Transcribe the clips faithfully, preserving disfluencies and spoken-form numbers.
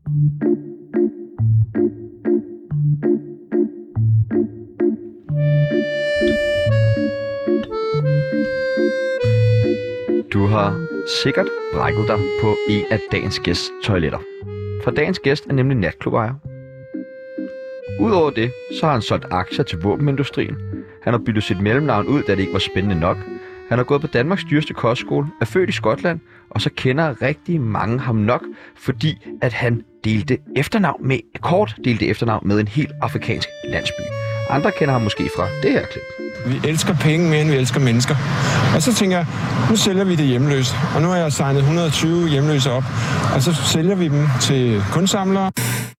Du har sikkert brækket dig på en af dagens gæsts toiletter. For dagens gæst er nemlig natklubejer. Udover det, så har han solgt aktier til våbenindustrien. Han har byttet sit mellemnavn ud, da det ikke var spændende nok. Han har gået på Danmarks dyreste kostskole, er født i Skotland, og så kender rigtig mange ham nok, fordi at han delte efternavn med, kort delte efternavn med en helt afrikansk landsby. Andre kender ham måske fra det her klip. Vi elsker penge mere, end vi elsker mennesker. Og så tænker jeg, nu sælger vi det hjemløst. Og nu har jeg signet et hundrede og tyve hjemløse op. Og så sælger vi dem til kunstsamlere.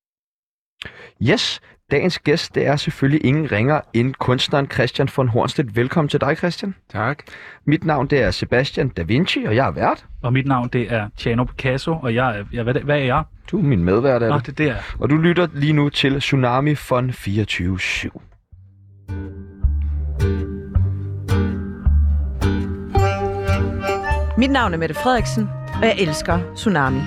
Yes, dagens gæst, det er selvfølgelig ingen ringer end kunstneren Christian von Hornstedt. Velkommen til dig, Christian. Tak. Mit navn, det er Sebastian Da Vinci, og jeg er vært. Og mit navn, det er Tjano Picasso, og jeg er... Jeg, hvad, hvad er jeg? Du er min medvært, er Nå, det? det er det, Og du lytter lige nu til Tsunami Fun fireogtyve syv. Mit navn er Mette Frederiksen, og jeg elsker Tsunami.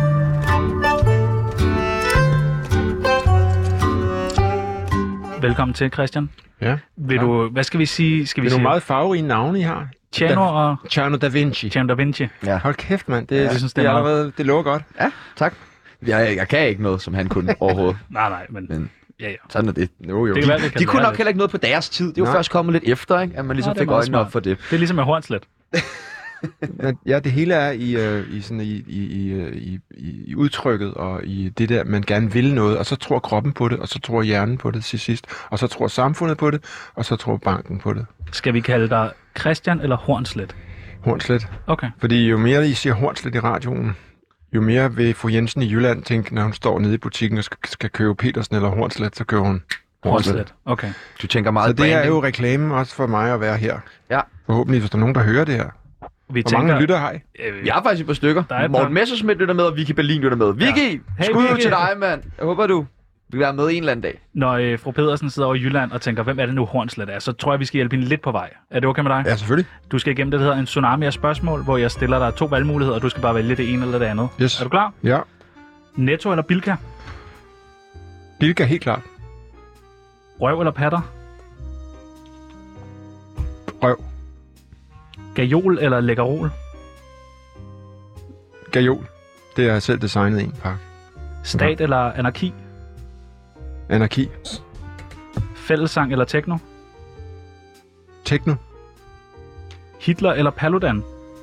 Velkommen til, Christian. Ja. Vil du, hvad skal vi sige? Skal vi det er sige? nogle meget farverige navne, I har. Tjano og... Tjano Da Vinci. Tjano Da Vinci. Ja. Hold kæft, mand. Det, Ja, ja, jeg det, synes, det, det er er meget- allerede, det lover godt. Ja, tak. Jeg, jeg kan ikke noget, som han kunne overhovedet. Nej, nej, men... Men Ja, ja. sådan er det. Jo, jo. Det kan være, det kan De kunne være nok lidt. heller ikke noget på deres tid. Det er jo Nej. først kommet lidt efter, ikke? At man ligesom Nej, det er fik meget øjnene op smart. for det. Det er ligesom med Hornslet. Men, ja, det hele er i, øh, i, sådan, i, i, i, øh, i, i, i udtrykket og i det der, man gerne vil noget, og så tror kroppen på det, og så tror hjernen på det til sidst, og så tror samfundet på det, og så tror banken på det. Skal vi kalde dig Christian eller Hornslet? Hornslet. Okay. Fordi jo mere I siger Hornslet i radioen, jo mere vil fru Jensen i Jylland tænke, når hun står nede i butikken og skal, skal købe Petersen eller Hornslet, så køber hun Hornslet. Hornslet. Okay. Du tænker meget Så det er branding. jo reklame også for mig at være her. Ja. Forhåbentlig, hvis der er nogen, der hører det her. Vi Hvor mange lytter har I? Øh, Jeg har faktisk et par stykker. Der er et Morten par. Messerschmidt lytter med, og Vicky Berlin lytter med. Vicky! Hey, Skud ud Vicky. til dig, mand. Jeg håber, du vil være med en eller anden dag. Når øh, fru Pedersen sidder over i Jylland og tænker, hvem er det nu Hornslet er, så tror jeg, vi skal hjælpe hende lidt på vej. Er det okay med dig? Ja, selvfølgelig. Du skal igennem det, der hedder en tsunami af spørgsmål, hvor jeg stiller dig to valgmuligheder, og du skal bare vælge det ene eller det andet. Yes. Er du klar? Ja. Netto eller Bilka? Bilka, helt klart. Røv eller patter? Røv. Gajol eller lækkerol? Gajol. Det har jeg selv designet en pakke. Stat eller anarki? Anarki. Fællessang eller techno? Techno. Hitler eller Paludan?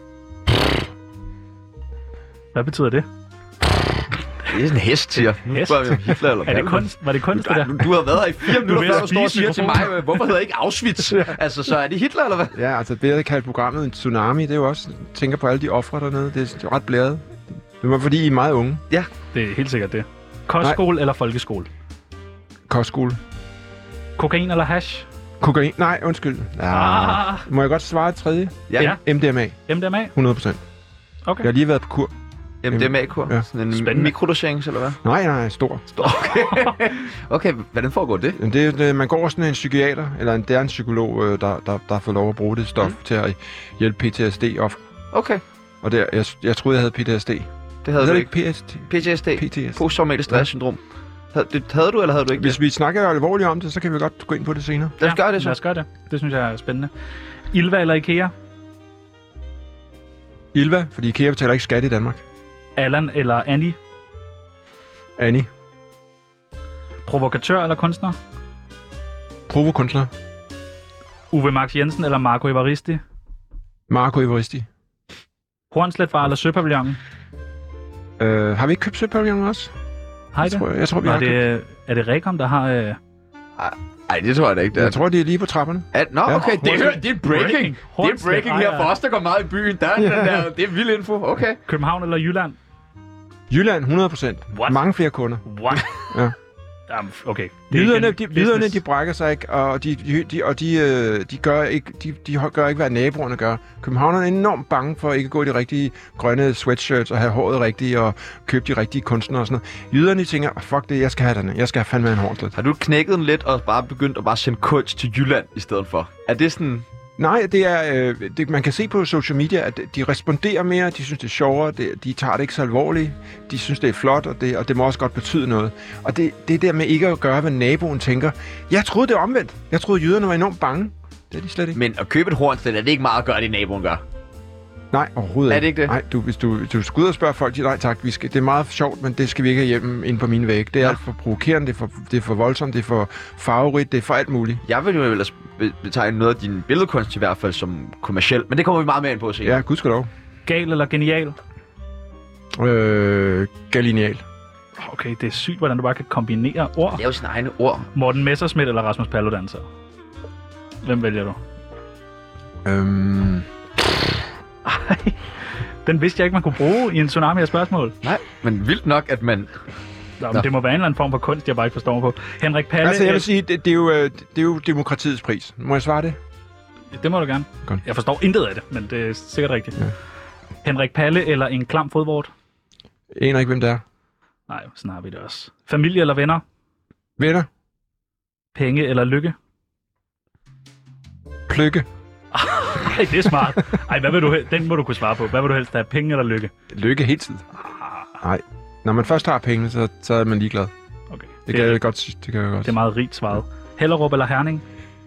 Hvad betyder det? Det er sådan en hest, siger. Nu Hest? spørger vi om Hitler eller Er det Paludan. kunst? Var det kunst, det der? Du, du har været her i fire minutter, ved at før du står og spise siger til mig, mikrofonen. øh, hvorfor hedder ikke Auschwitz? Altså, så er det Hitler, eller hvad? Ja, altså det, jeg kalder programmet en tsunami, det er jo også, tænker på alle de ofre dernede, det er ret blæret. Det var fordi, I er meget unge. Det er helt sikkert det. Kostskole eller folkeskole? Kostskole. Kokain eller hash? Kokain. Nej, undskyld. Ja. Ah, Må jeg godt svare et tredje? ja. M D M A. M D M A? hundrede procent. Okay. Jeg har lige været på kur. M D M A-kur? Ja. Sådan en Spændende. mikrodosering, eller hvad? Nej, nej, stor. Okay. Okay, hvordan foregår det? Men det, det, man går over sådan en psykiater, eller en, det er en psykolog, øh, der, der, der får lov at bruge det stof mm. til at hjælpe P T S D-offer. Okay, Og det, jeg, jeg troede, jeg havde P T S D. det havde du Havde ikke. P S D? P T S D? P T S D. Posttraumatisk stresssyndrom. Havde, det havde du, eller havde du ikke Hvis det? vi snakker alvorligt om det, så kan vi godt gå ind på det senere. Lad os gøre det så. Lad os gøre det. Det synes jeg er spændende. Ilva eller Ikea? Ilva, fordi IKEA betaler ikke skat i Danmark. Allan eller Annie? Annie. Provokatør eller kunstner? Provokunstner. Uwe Max Jensen eller Marco Evaristi? Marco Evaristi. Hornslet Bar eller Søpavillonen? Øh, har vi ikke købt Søpavillonen også? Har I Jeg det? tror, jeg tror, vi Nå, har købt. det, er det Rekom, der har... Øh... Nej, det tror jeg da ikke, det er. Jeg tror, det er lige på trapperne. At, nå, Ja. okay, det er, det er breaking. Breaking. Det er Hornslet. breaking Ej, her ja. for os, der går meget i byen. Der er den der, det er vild info. Okay. København eller Jylland? Jylland, hundrede procent. What? Mange flere kunder. What? Ja. Jamen, okay. Det er Jyderne, igen de, jyderne, business. de brækker sig ikke, og de, de, de, og de, øh, de, gør ikke, de, de gør ikke, hvad naboerne gør. Københavnerne er enormt bange for at ikke gå i de rigtige grønne sweatshirts og have håret rigtigt og købe de rigtige kunstnere og sådan noget. Jyderne tænker, fuck det, jeg skal have den. Jeg skal have fandme en Hornslet. Har du knækket den lidt og bare begyndt at bare sende kunst til Jylland i stedet for? Er det sådan... Nej, det er, øh, det, man kan se på social media, at de responderer mere, de synes, det er sjovere, det, de tager det ikke så alvorligt, de synes, det er flot, og det, og det må også godt betyde noget. Og det, det der med ikke at gøre, hvad naboen tænker. Jeg troede, det var omvendt. Jeg troede, jyderne var enormt bange. Det er de slet ikke. Men at købe et hornslet, er det ikke meget at gøre, det naboen gør? Nej, overhovedet ikke. Er det ikke det? Nej, du, hvis du, du skal ud og spørge folk, nej tak, vi skal, det er meget sjovt, men det skal vi ikke have hjemme inde på mine vægge. Det er ja. alt for provokerende, det er for, det er for voldsomt, det er for farverigt, det er for alt muligt. Jeg vil jo ellers betegne noget af din billedkunst i hvert fald som kommerciel, men det kommer vi meget mere ind på senere. Ja, gudskelov. Gal eller genial? Øh, galineal. Okay, det er sygt, hvordan du bare kan kombinere ord. Det er jo sine egne ord. Morten Messerschmidt eller Rasmus Paludan så? Hvem vælger du? Øhm... Ej, den vidste jeg ikke, man kunne bruge i en tsunami af spørgsmål. Nej, men vildt nok, at man... Nå, men det må være en eller anden form for kunst, jeg bare ikke forstår på. Henrik Palle... Altså, jeg vil sige, det, det, er jo, det er jo demokratiets pris. Må jeg svare det? Det må du gerne. Godt. Jeg forstår intet af det, men det er sikkert rigtigt. Ja. Henrik Palle eller en klam fodvort? Jeg aner ikke, hvem det er. Nej, sådan har vi det også. Familie eller venner? Venner. Penge eller lykke? Pløkke. Ej, det er smart. Ej, hvad vil du hel- den må du kunne svare på. Hvad vil du helst have? Penge eller lykke? Lykke hele tiden. Nej. Når man først har pengene, så, så er man ligeglad. Okay. Det, Det, kan er, jeg godt sige. Det kan jeg godt. det er meget rigt svaret. Hellerup eller Herning?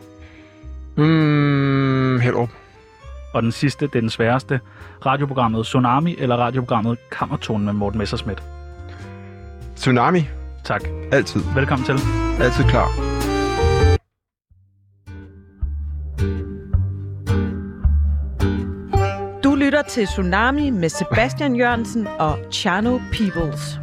Mm, Hellerup. Og den sidste, det er den sværeste. Radioprogrammet Tsunami eller radioprogrammet Kammertonen med Morten Messerschmidt? Tsunami. Tak. Altid. Velkommen til. Altid klar. Du lytter til Tsunami med Sebastian Jørgensen og Chano Peoples.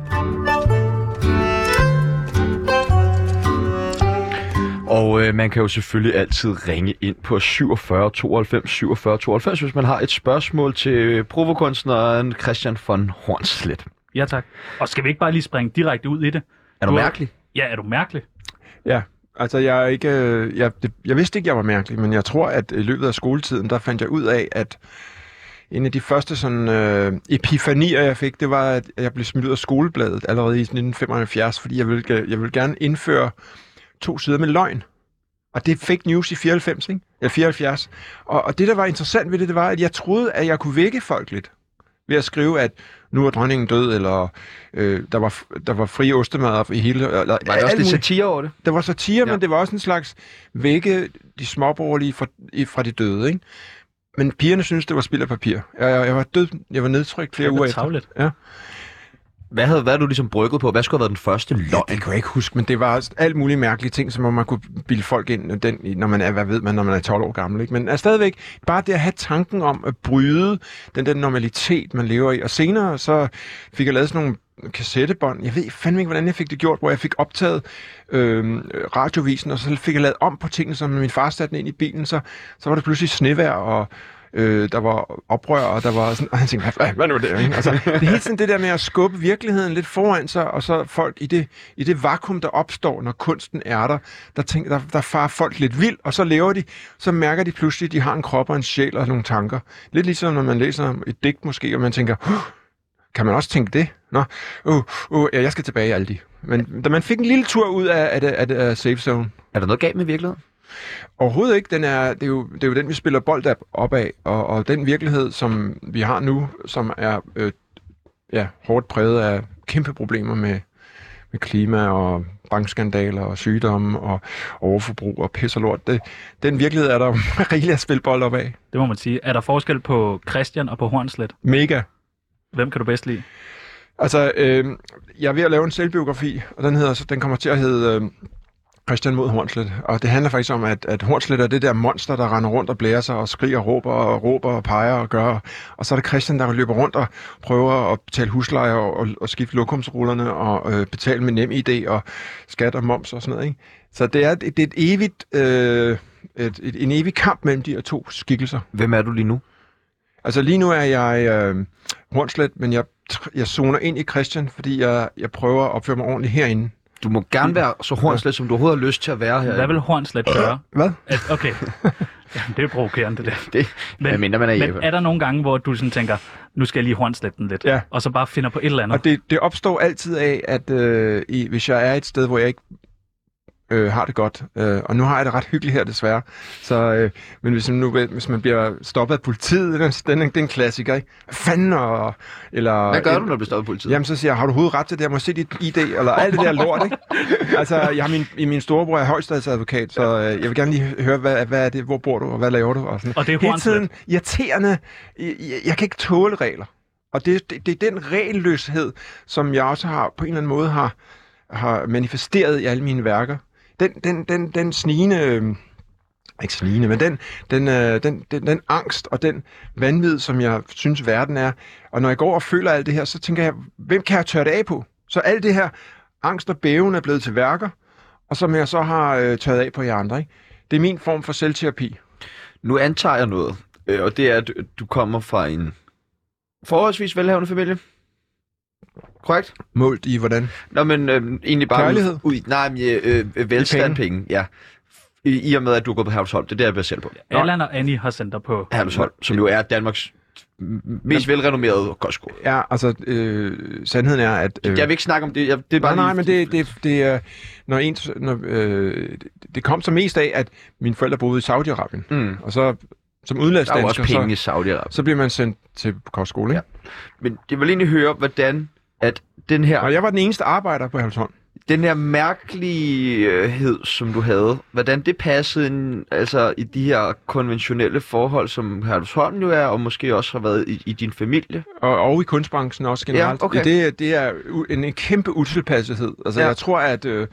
Og øh, man kan jo selvfølgelig altid ringe ind på syvogfyrre tooghalvfems syvogfyrre tooghalvfems, hvis man har et spørgsmål til provokunstneren Christian von Hornslet. Ja, tak. Og skal vi ikke bare lige springe direkte ud i det? Er du Du- mærkelig? Ja, er du mærkelig? Ja, altså jeg er ikke... øh, Jeg, det, jeg vidste ikke, jeg var mærkelig, men jeg tror, at i løbet af skoletiden, der fandt jeg ud af, at en af de første sådan øh, epifanier, jeg fik, det var, at jeg blev smidt ud af skolebladet allerede i nitten femoghalvfjerds, fordi jeg ville, jeg ville gerne indføre to sider med løgn. Og det er fake news i fireoghalvfems, ikke? Eller fireoghalvfjerds. Og, og det, der var interessant ved det, det var, at jeg troede, at jeg kunne vække folk lidt. Ved at skrive, at nu er dronningen død, eller øh, der, var, der var frie ostemad i hele... Eller, Var det også lidt satire over det? Der var satire, ja. Ja. Men det var også en slags vække de småborgerlige fra, i- fra de døde, ikke? Men pigerne synes det var spild af papir. Jeg, jeg, jeg var død, jeg var nedtrykt flere Det er uger lidt efter. tarveligt. Ja. Hvad havde været du ligesom brygget på? Hvad skulle have været den første Ja, løgn? det kan jeg ikke huske, men det var også alt mulige mærkelige ting, som man kunne bilde folk ind, den, når man er, hvad ved man, når man er tolv år gammel, ikke? Men er stadigvæk bare det at have tanken om at bryde den der normalitet, man lever i. Og senere så fik jeg lavet sådan nogle kassettebånd. Jeg ved fandme ikke, hvordan jeg fik det gjort, hvor jeg fik optaget øh, radiovisen, og så fik jeg lavet om på tingene, så når min far satte den ind i bilen, så, så var det pludselig snevejr, og Øh, der var oprør, og der var sådan... Og han tænkte, hvad, hvad nu det? Ikke? Altså, det er hele tiden det der med at skubbe virkeligheden lidt foran sig, og så folk i det, i det vakuum, der opstår, når kunsten er der, der, tænker, der, der farer folk lidt vildt, og så lever de, så mærker de pludselig, at de har en krop og en sjæl og nogle tanker. Lidt ligesom, når man læser et digt måske, og man tænker, uh, kan man også tænke det? Nå, uh, uh, ja, jeg skal tilbage, Aldi. Men da man fik en lille tur ud af, af, det, af, det, af safe zone. Er der noget galt med virkeligheden? Overhovedet ikke. Den er, det, er jo, det er jo den, vi spiller bold op af, og, og den virkelighed, som vi har nu, som er øh, ja, hårdt præget af kæmpe problemer med, med klima og bankskandaler og sygdomme og overforbrug og pis og lort. Det, den virkelighed er der jo rigeligt at spille bold op af. Det må man sige. Er der forskel på Christian og på Hornslet? Mega. Hvem kan du bedst lide? Altså, øh, jeg er ved at lave en selvbiografi, og den, hedder, den kommer til at hedde... Øh, Christian mod Hornslet. Og det handler faktisk om, at, at Hornslet er det der monster, der render rundt og blærer sig og skriger og råber og råber og peger og gør. Og så er det Christian, der løber rundt og prøver at betale husleje og, og, og skifte lokumsrullerne og øh, betale med NemID og skat og moms og sådan noget. Ikke? Så det er, det er et evigt, øh, et, et, en evig kamp mellem de her to skikkelser. Hvem er du lige nu? Altså lige nu er jeg øh, Hornslet, men jeg, jeg zoner ind i Christian, fordi jeg, jeg prøver at opføre mig ordentligt herinde. Du må gerne være så Hornslet, som du overhovedet har lyst til at være her. Hvad vil Hornslet gøre? Hvad? At, okay. Jamen, det er jo provokerende, det der. Det, men, mindre man er men Jeppe. er der nogle gange, hvor du sådan tænker, nu skal jeg lige Hornslet den lidt, Ja. og så bare finder på et eller andet? Og det, det opstår altid af, at øh, i, hvis jeg er et sted, hvor jeg ikke øh, har det godt. Øh, og nu har jeg det ret hyggeligt her, desværre. Så, øh, men hvis man, nu, hvis man bliver stoppet af politiet, den, den, den er en klassiker, ikke? Hvad fanden? Og, eller, Hvad gør en, du, når du bliver stoppet af politiet? Jamen, så siger jeg, har du overhovedet ret til det? Jeg må se dit I D, eller alt det der lort, ikke? Altså, jeg har min, min storebror er højestadsadvokat, så øh, jeg vil gerne lige høre, hvad, hvad er det, hvor bor du, og hvad laver du? Og, sådan. Og det er hele tiden irriterende. Jeg, jeg kan ikke tåle regler. Og det, det, det er den regelløshed, som jeg også har på en eller anden måde har, har manifesteret i alle mine værker. Den, den, den, den snigende, øh, ikke snigende, men den, den, øh, den, den, den angst og den vanvid, som jeg synes, verden er. Og når jeg går og føler alt det her, så tænker jeg, hvem kan jeg tørre det af på? Så alt det her angst og bæven er blevet til værker, og som jeg så har øh, tørret af på jer andre. Ikke? Det er min form for selvterapi. Nu antager jeg noget, øh, og det er, at du kommer fra en forholdsvis velhavende familie. Korrekt? Målt i hvordan? Nå, men øh, egentlig bare... Kærlighed? Ud, nej, men øh, øh, velstand, penge. penge, ja. I, I og med, at du er gået på Herlufsholm, det er det, jeg bliver selv på. Allan og Annie har sendt dig på Herlufsholm, som jo er Danmarks mest velrenommerede kostskole. Ja, altså, øh, sandheden er, at... Øh, jeg vil ikke snakke om det. Jeg, det er bare nej, nej, lige... men det, det, det er... Når en, når, øh, det kom så mest af, at mine forældre boede i Saudi-Arabien. Mm. Og så som udlandsdansker... Der er jo også penge så, i Saudi-Arabien. Så bliver man sendt til kostskole, ikke? Ja. Men jeg vil egentlig høre, hvordan at den her... Og jeg var den eneste arbejder på Herlufsholm. Den her mærkelighed, som du havde, hvordan det passede ind, altså i de her konventionelle forhold, som Herlufsholm jo er, og måske også har været i, i din familie? Og, og i kunstbranchen også generelt. Ja, okay. det, det er en, en kæmpe utilpassethed. Altså, ja. Jeg tror, at... Øh,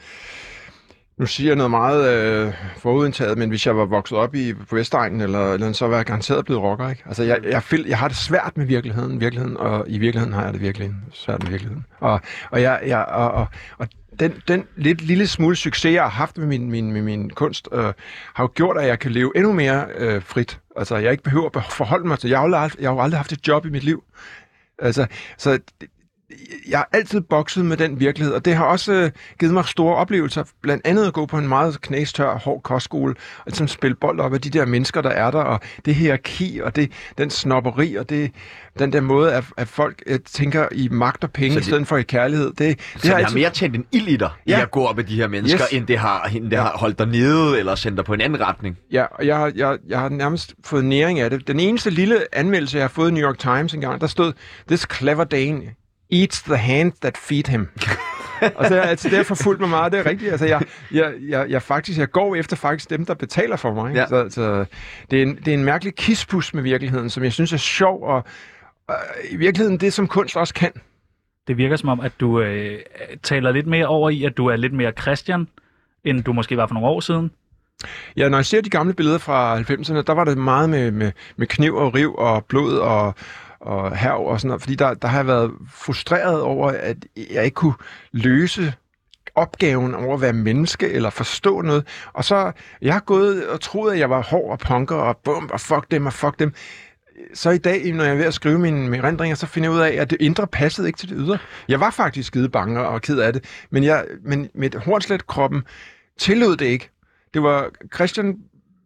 nu siger jeg noget meget øh, forudindtaget, men hvis jeg var vokset op i, på Vestegnen, eller, eller så var jeg garanteret blevet rocker, ikke? Altså, jeg, jeg, jeg, jeg har det svært med virkeligheden, virkeligheden, og i virkeligheden har jeg det virkelig svært med virkeligheden. Og, og, jeg, jeg, og, og, og den, den lidt, lille smule succes, jeg har haft med min, min, med min kunst, øh, har jo gjort, at jeg kan leve endnu mere øh, frit. Altså, jeg ikke behøver at forholde mig til... Jeg har jo aldrig, jeg har jo aldrig haft et job i mit liv. Altså, så... Jeg har altid bokset med den virkelighed, og det har også øh, givet mig store oplevelser. Blandt andet at gå på en meget knæstør, hård kostskole, og ligesom spille bold op af de der mennesker, der er der, og det hierarki, og det, den snobberi, og det, den der måde, at, at folk øh, tænker i magt og penge, det, i stedet for i kærlighed. Det, det så har det altid... har mere tændt en ild i dig, ja. I at gå op af de her mennesker, yes. end det har, end det har holdt dig nede, eller sendt dig på en anden retning. Ja, og jeg, jeg, jeg har nærmest fået næring af det. Den eneste lille anmeldelse, jeg har fået i New York Times engang, der stod, "This clever Dane eats the hand that feed him." Og så altså, det har forfulgt mig meget, det er rigtigt. Altså, jeg, jeg, jeg, jeg, faktisk, jeg går efter faktisk dem, der betaler for mig. Ja. Så, så det, er en, det er en mærkelig kispus med virkeligheden, som jeg synes er sjov, og, og i virkeligheden det, som kunst også kan. Det virker som om, at du øh, taler lidt mere over i, at du er lidt mere Christian, end du måske var for nogle år siden. Ja, når jeg ser de gamle billeder fra halvfemserne, der var det meget med, med, med kniv og riv og blod og og herv og sådan noget, fordi der, der har jeg været frustreret over, at jeg ikke kunne løse opgaven over at være menneske eller forstå noget. Og så, jeg har gået og troet, at jeg var hård og punker og bum og fuck dem og fuck dem. Så i dag, når jeg er ved at skrive mine, mine erindringer, så finder jeg ud af, at det indre passede ikke til det ydre. Jeg var faktisk skide bange og ked af det, men, jeg, men med Hornslet-kroppen tillod det ikke. Det var Christian,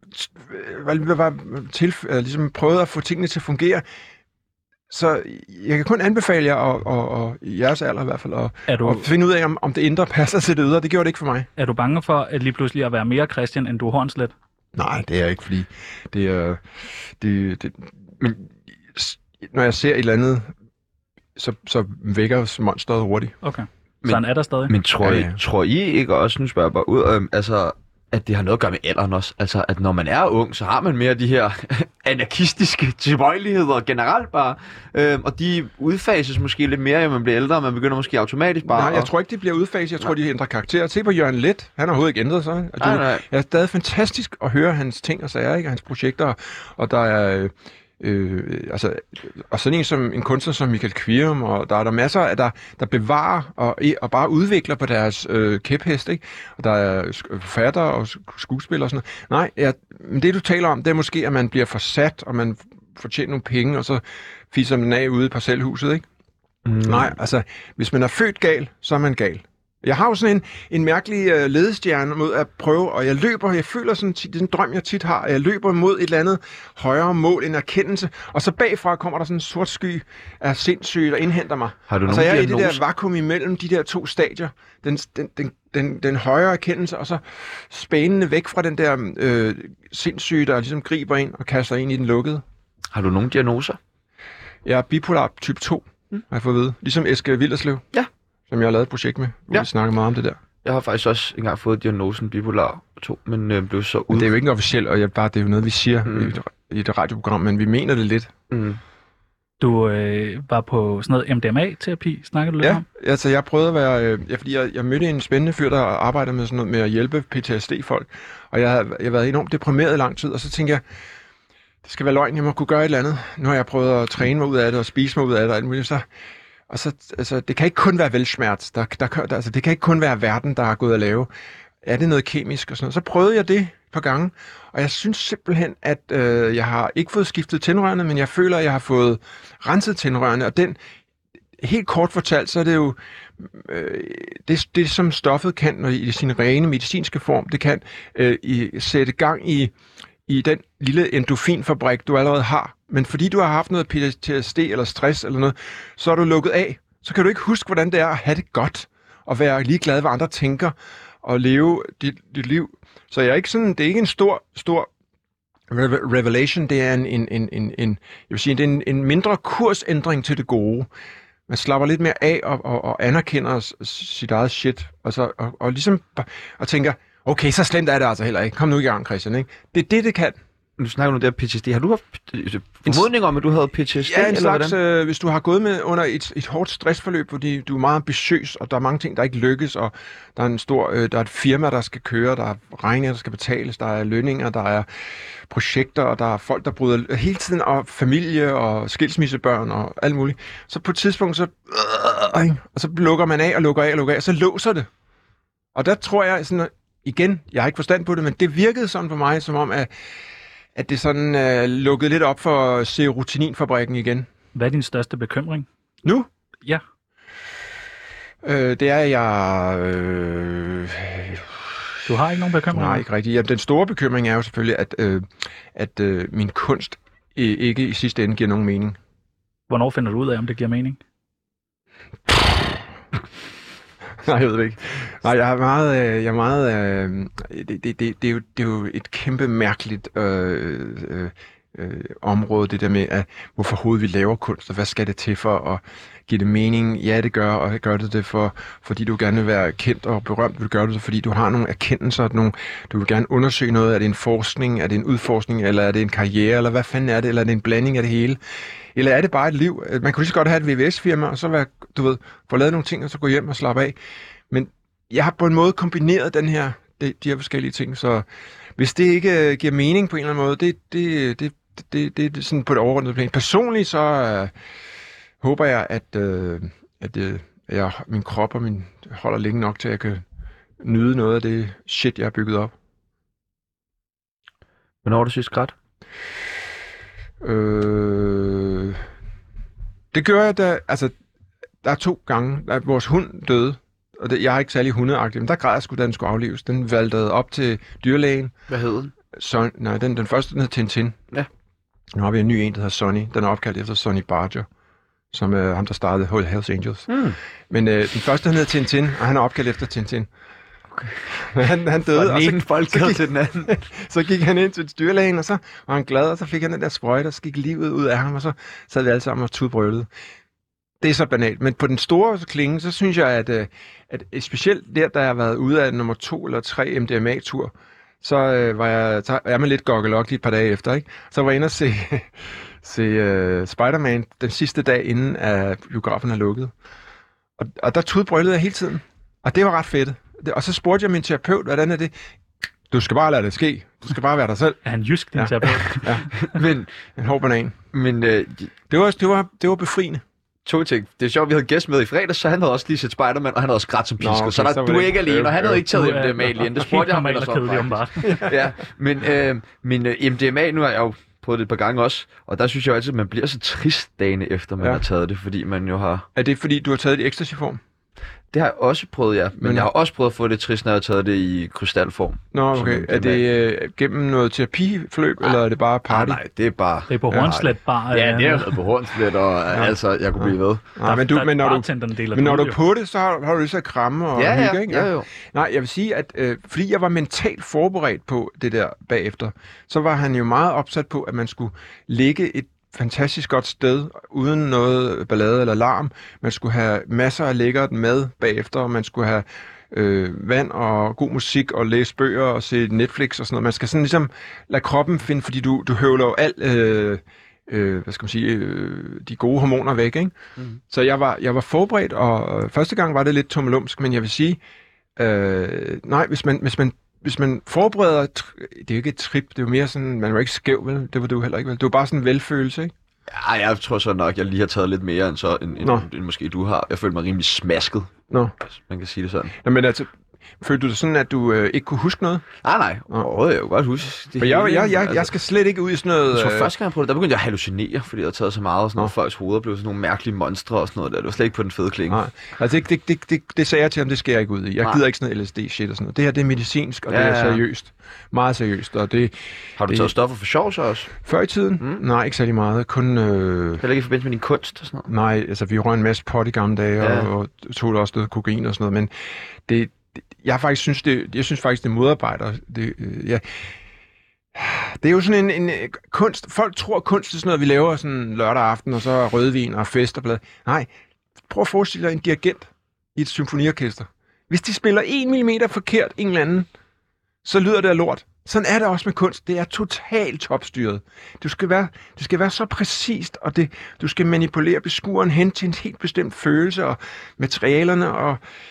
var, var til, ligesom prøvede at få tingene til at fungere. Så jeg kan kun anbefale jer, og, og, og i jeres alder i hvert fald, at du... finde ud af, om, om det indre passer til det ydre. Det gjorde det ikke for mig. Er du bange for at lige pludselig at være mere Christian, end du er Hornslet? Nej, det er jeg ikke, fordi det er... Det, det, men når jeg ser et eller andet, så, så vækker monsteret hurtigt. Okay. Så han er der stadig? Men tror, ja, ja. I, tror I ikke også, nu spørger jeg bare ud, øh, altså... at det har noget at gøre med alderen også. Altså, at når man er ung, så har man mere de her anarkistiske tilbøjeligheder generelt bare. Øhm, og de udfases måske lidt mere, når man bliver ældre, og man begynder måske automatisk bare... Nej, jeg at... tror ikke, de bliver udfaset. Jeg tror, nej. De ændrer karakter. Se på Jørgen Leth. Han har overhovedet ikke ændret sig. Nej, nej. Det er stadig fantastisk at høre hans ting og sager, ikke? Hans projekter. Og der er... Øh, altså, og sådan en som en kunstner som Michael Kvirum, og der er der masser af der, der bevarer og, og bare udvikler på deres øh, kæphest, ikke? Og der er forfattere og skuespillere og sådan noget. Nej, ja, men det du taler om, det er måske, at man bliver forsat, og man fortjener nogle penge, og så fiser man af ude i parcelhuset, ikke? Mm. Nej, altså, hvis man er født gal, så er man gal. Jeg har jo sådan en, en mærkelig øh, ledestjerne mod at prøve, og jeg løber, jeg føler sådan, det er en drøm, jeg tit har, at jeg løber mod et eller andet højere mål, en erkendelse, og så bagfra kommer der sådan en sort sky af sindssyge, der indhenter mig. Har du og så nogen er jeg i det diagnose? der vakuum imellem de der to stadier, den, den, den, den, den højere erkendelse, og så spænende væk fra den der øh, sindssyge, der ligesom griber ind og kaster ind i den lukkede. Har du nogen diagnoser? Jeg er bipolar type to, mm. har jeg fået at vide. Ligesom Eske Willerslev, Ja. som jeg har lavet et projekt med, hvor Ja. vi snakker meget om det der. Jeg har faktisk også engang fået diagnosen bipolar to, men øh, blev så ud... Men det er jo ikke officielt, og jeg, bare, det er jo noget, vi siger Mm. mm. i, et, i et radioprogram, men vi mener det lidt. Mm. Du øh, var på sådan noget M D M A-terapi, snakker du lidt Ja, om? altså jeg prøvede at være... Øh, ja, fordi jeg, jeg mødte en spændende fyr, der arbejder med sådan noget med at hjælpe P T S D-folk, og jeg har, jeg har været enormt deprimeret i lang tid, og så tænkte jeg, det skal være løgn, jeg må kunne gøre et eller andet. Nu har jeg prøvet at træne mig ud af det, og spise mig ud af det, og alt muligt, så... Og så, altså, det kan ikke kun være velsmerts. Der, der, der, altså, det kan ikke kun være verden, der er gået at lave. Er det noget kemisk og sådan noget? Så prøvede jeg det et par gange, og jeg synes simpelthen, at øh, jeg har ikke fået skiftet tændrørene, men jeg føler, at jeg har fået renset tændrørene, og den, helt kort fortalt, så er det jo øh, det, det, som stoffet kan, når i sin rene medicinske form, det kan øh, i, sætte gang i, i den lille endorfinfabrik, du allerede har. Men fordi du har haft noget P T S D eller stress eller noget, så er du lukket af. Så kan du ikke huske, hvordan det er at have det godt, og være ligeglad, hvad andre tænker, og leve dit, dit liv. Så jeg er ikke sådan, det er ikke en stor, stor revelation, det er en, en, en, en, en, jeg vil sige, det er en, en mindre kursændring til det gode. Man slapper lidt mere af og, og, og anerkender sit eget shit, og, så, og, og ligesom og tænker, okay, så slemt er det altså heller ikke. Kom nu i gang, Christian. Ikke? Det er det, det kan. Nu snakker du om det her P T S D. Har du haft formodning om, at du havde P T S D? Ja, en eller slags, hvordan? øh, hvis du har gået med under et, et hårdt stressforløb, fordi du er meget ambitiøs, og der er mange ting, der ikke lykkes, og der er en stor, øh, der er et firma, der skal køre, der er regninger, der skal betales, der er lønninger, der er projekter, og der er folk, der bryder hele tiden, og familie, og skilsmissebørn, og alt muligt. Så på et tidspunkt, så, øh, og så lukker man af, og lukker af, og lukker af, og så låser det. Og der tror jeg sådan, igen, jeg har ikke forstand på det, men det virkede sådan for mig, som om, at at det sådan øh, lukkede lidt op for serotoninfabrikken igen. Hvad er din største bekymring? Nu? Ja. Øh, det er, at jeg... Øh, Du har ikke nogen bekymring? nej, ikke rigtigt. Jamen, den store bekymring er jo selvfølgelig, at, øh, at øh, min kunst ikke i sidste ende giver nogen mening. Hvornår finder du ud af, om det giver mening? Nej, jeg ved det ikke. Nej, jeg er meget... Øh, jeg er meget øh, det, det, det, det, er jo, det er jo et kæmpe mærkeligt øh, øh, øh, område, det der med, at hvorfor hovedet vi laver kunst, og hvad skal det til for at give det mening? Ja, det gør, og gør det det for, fordi du gerne vil være kendt og berømt, vil gøre det, fordi du har nogle erkendelser, nogle, du vil gerne undersøge noget. Er det en forskning, er det en udforskning, eller er det en karriere, eller hvad fanden er det, eller er det en blanding af det hele? Eller er det bare et liv? Man kunne lige så godt have et V V S-firma, og så være, du ved, få lavet nogle ting, og så gå hjem og slappe af. Men jeg har på en måde kombineret den her, de, de her forskellige ting, så hvis det ikke uh, giver mening på en eller anden måde, det, det, det, det, det, det er sådan på det overordnede plan. Personligt så uh, håber jeg, at, uh, at uh, jeg, min krop og min holder længe nok til, at jeg kan nyde noget af det shit, jeg har bygget op. Hvornår har du sidst grædt? Øh, det gør jeg da, altså, der er to gange, der vores hund døde, og det, jeg er ikke særlig hundeagtig, men der græd jeg sgu, da den skulle aflives. Den valgte op til dyrlægen. Hvad hed den? Son, nej, den, den første, den hed Tintin. Ja. Nu har vi en ny en, der hedder Sonny. Den er opkaldt efter Sonny Barger, som er ham, der startede Hells Angels. Mm. Men øh, den første, han hed Tintin, og han er opkaldt efter Tintin. Okay. han, han døde, Fra og den så, ene folkegade til den anden. så gik han ind til dyrlægen, og så var han glad, og så fik han den der sprøjte, og så gik livet ud af ham, og så sad vi alle sammen og tudbrølede. Det er så banalt, men på den store klinge, så synes jeg, at, at, at specielt der, da jeg har været ude af nummer to eller tre M D M A-tur, så øh, var jeg, så er man lidt gokkelok lige et par dage efter, ikke? Så var jeg inde og se, se uh, Spider-Man den sidste dag, inden at biografen er lukket. Og, og der tudbrølede jeg hele tiden, og det var ret fedt. Og så spurgte jeg min terapeut, hvordan er det? Du skal bare lade det ske. Du skal bare være dig selv. Er han jysk, din Ja. terapeut? Ja. Men, En hård banan. men øh, Det var, det var, det var befriende. to ting. Det er sjovt, vi havde gæst med i fredags, så han havde også lige set Spider-Man, og han havde også grædt som pisker. Nå, okay, så der, så var du det er ikke ikke- alene, og han øv, havde ikke Du taget er- M D M A lige inden. Det spurgte jeg ham helt ellers normalt om, og kedelig, faktisk. åbenbart. Ja, men øh, min øh, M D M A, nu har jeg jo prøvet det et par gange også, og der synes jeg jo altid, at man bliver så trist dagene efter, man Ja. har taget det, fordi man jo har... Er det fordi, du har taget det i ecstasy-form? Det har jeg også prøvet, ja. Men, Men- jeg har også prøvet at få det trist, når jeg har taget det i krystalform. Nå, Som okay. en Er det øh, gennem noget terapiforløb, eller er det bare party? Nej, nej, det er bare... Det er på Hornslet Bar. Ja, det er på Hornslet, og ja. altså, jeg kunne blive ved. Nej, men, du, men når du, deler men når ud, du jo. er på det, så har, har du lyst til at kramme og Ja, ja, hygge, ikke? ja, jo. Nej, jeg vil sige, at øh, fordi jeg var mentalt forberedt på det der bagefter, så var han jo meget opsat på, at man skulle ligge et fantastisk godt sted, uden noget ballade eller larm. Man skulle have masser af lækkert mad bagefter, og man skulle have øh, vand og god musik og læse bøger og se Netflix og sådan noget. Man skal sådan ligesom lade kroppen finde, fordi du, du høvler jo alt, øh, øh, hvad skal man sige, øh, de gode hormoner væk, ikke? Mm. Så jeg var, jeg var forberedt, og øh, første gang var det lidt tummelumsk, men jeg vil sige, øh, nej, hvis man, hvis man Hvis man forbereder, det er jo ikke et trip, det er jo mere sådan, man var ikke skæv, vel? Det var du heller ikke, vel? Det var bare sådan en velfølelse, ikke? Ja, jeg tror så nok, jeg lige har taget lidt mere end, så, end, end, Nå. end måske du har. Jeg følte mig rimelig smasket, Nå. hvis man kan sige det sådan. Nå, men altså, følte du det sådan, at du øh, ikke kunne huske noget? Nej, nej. Overhovedet, jeg kunne godt huske det. For jeg, hele, jeg, jeg, altså. jeg skal slet ikke ud i sådan noget... Jeg tror øh, første gang jeg prøvede det, der begyndte jeg at hallucinere, fordi jeg havde taget så meget, og sådan noget, folks hoveder blev sådan nogle mærkelige monstre og sådan noget der. Det var slet ikke på den fede klinge. Nej, altså det, det, det, det, det sagde jeg til ham, det skal jeg ikke ud i. Jeg Nej. gider ikke sådan noget L S D-shit og sådan noget. Det her, det er medicinsk, og Ja, det er ja. seriøst. Meget seriøst, og det... Har du det- taget stoffer for sjov så også? Før i tiden? Mm. Nej, ikke særlig meget. Kun... Øh, Heller ikke i forbindelse med din kunst og sådan noget? nej, altså vi røg en masse pot i gamle dage, Ja. og, og tog da også noget kokain og sådan noget, men det... det jeg faktisk synes, det, jeg synes faktisk, det modarbejder. Det, øh, ja. Det er jo sådan en, en øh, kunst. Folk tror, kunst er sådan noget, vi laver sådan lørdag aften, og så er rødvin og fest og blad. Nej, prøv at forestille dig en dirigent i et symfoniorkester. Hvis de spiller en millimeter forkert en eller anden, så lyder det af lort. Sådan er det også med kunst. Det er totalt topstyret. Du skal være, det skal være så præcist, og det, du skal manipulere beskueren hen til en helt bestemt følelse, og materialerne og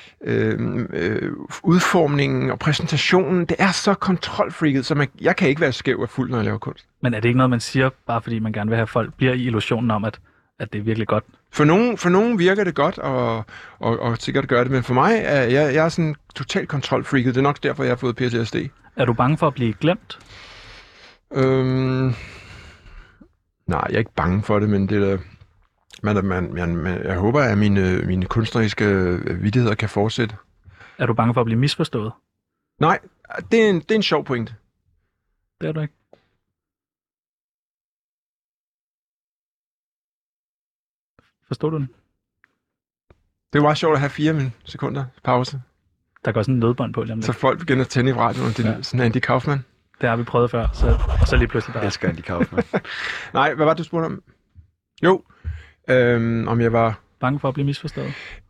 øh, øh, udformningen og præsentationen. Det er så kontrolfreaket, så man, jeg kan ikke være skæv og fuld, når jeg laver kunst. Men er det ikke noget, man siger, bare fordi man gerne vil have, at folk bliver i illusionen om, at, at det er virkelig godt? For nogen, for nogen virker det godt, og, og, og sikkert gør det, men for mig er jeg, jeg er sådan totalt kontrolfreaket. Det er nok derfor, jeg har fået P T S D. Er du bange for at blive glemt? Øhm, nej, jeg er ikke bange for det, men det er man, man, man, man, jeg håber, at mine, mine kunstneriske vittigheder kan fortsætte. Er du bange for at blive misforstået? Nej, det er en, det er en sjov pointe. Det er du ikke. Forstår du den? Det er meget sjovt at have fire sekunder pause, Der går sådan en nødbånd på lige om så lidt. folk begynder at tænde i radioen. Det er Ja. sådan Andy Kaufman. Det har vi prøvet før, så, så lige pludselig Jeg bare... elsker Andy Kaufman. Nej, hvad var det, du spurgte om? Jo, øhm, om jeg var... Bange for at blive misforstået?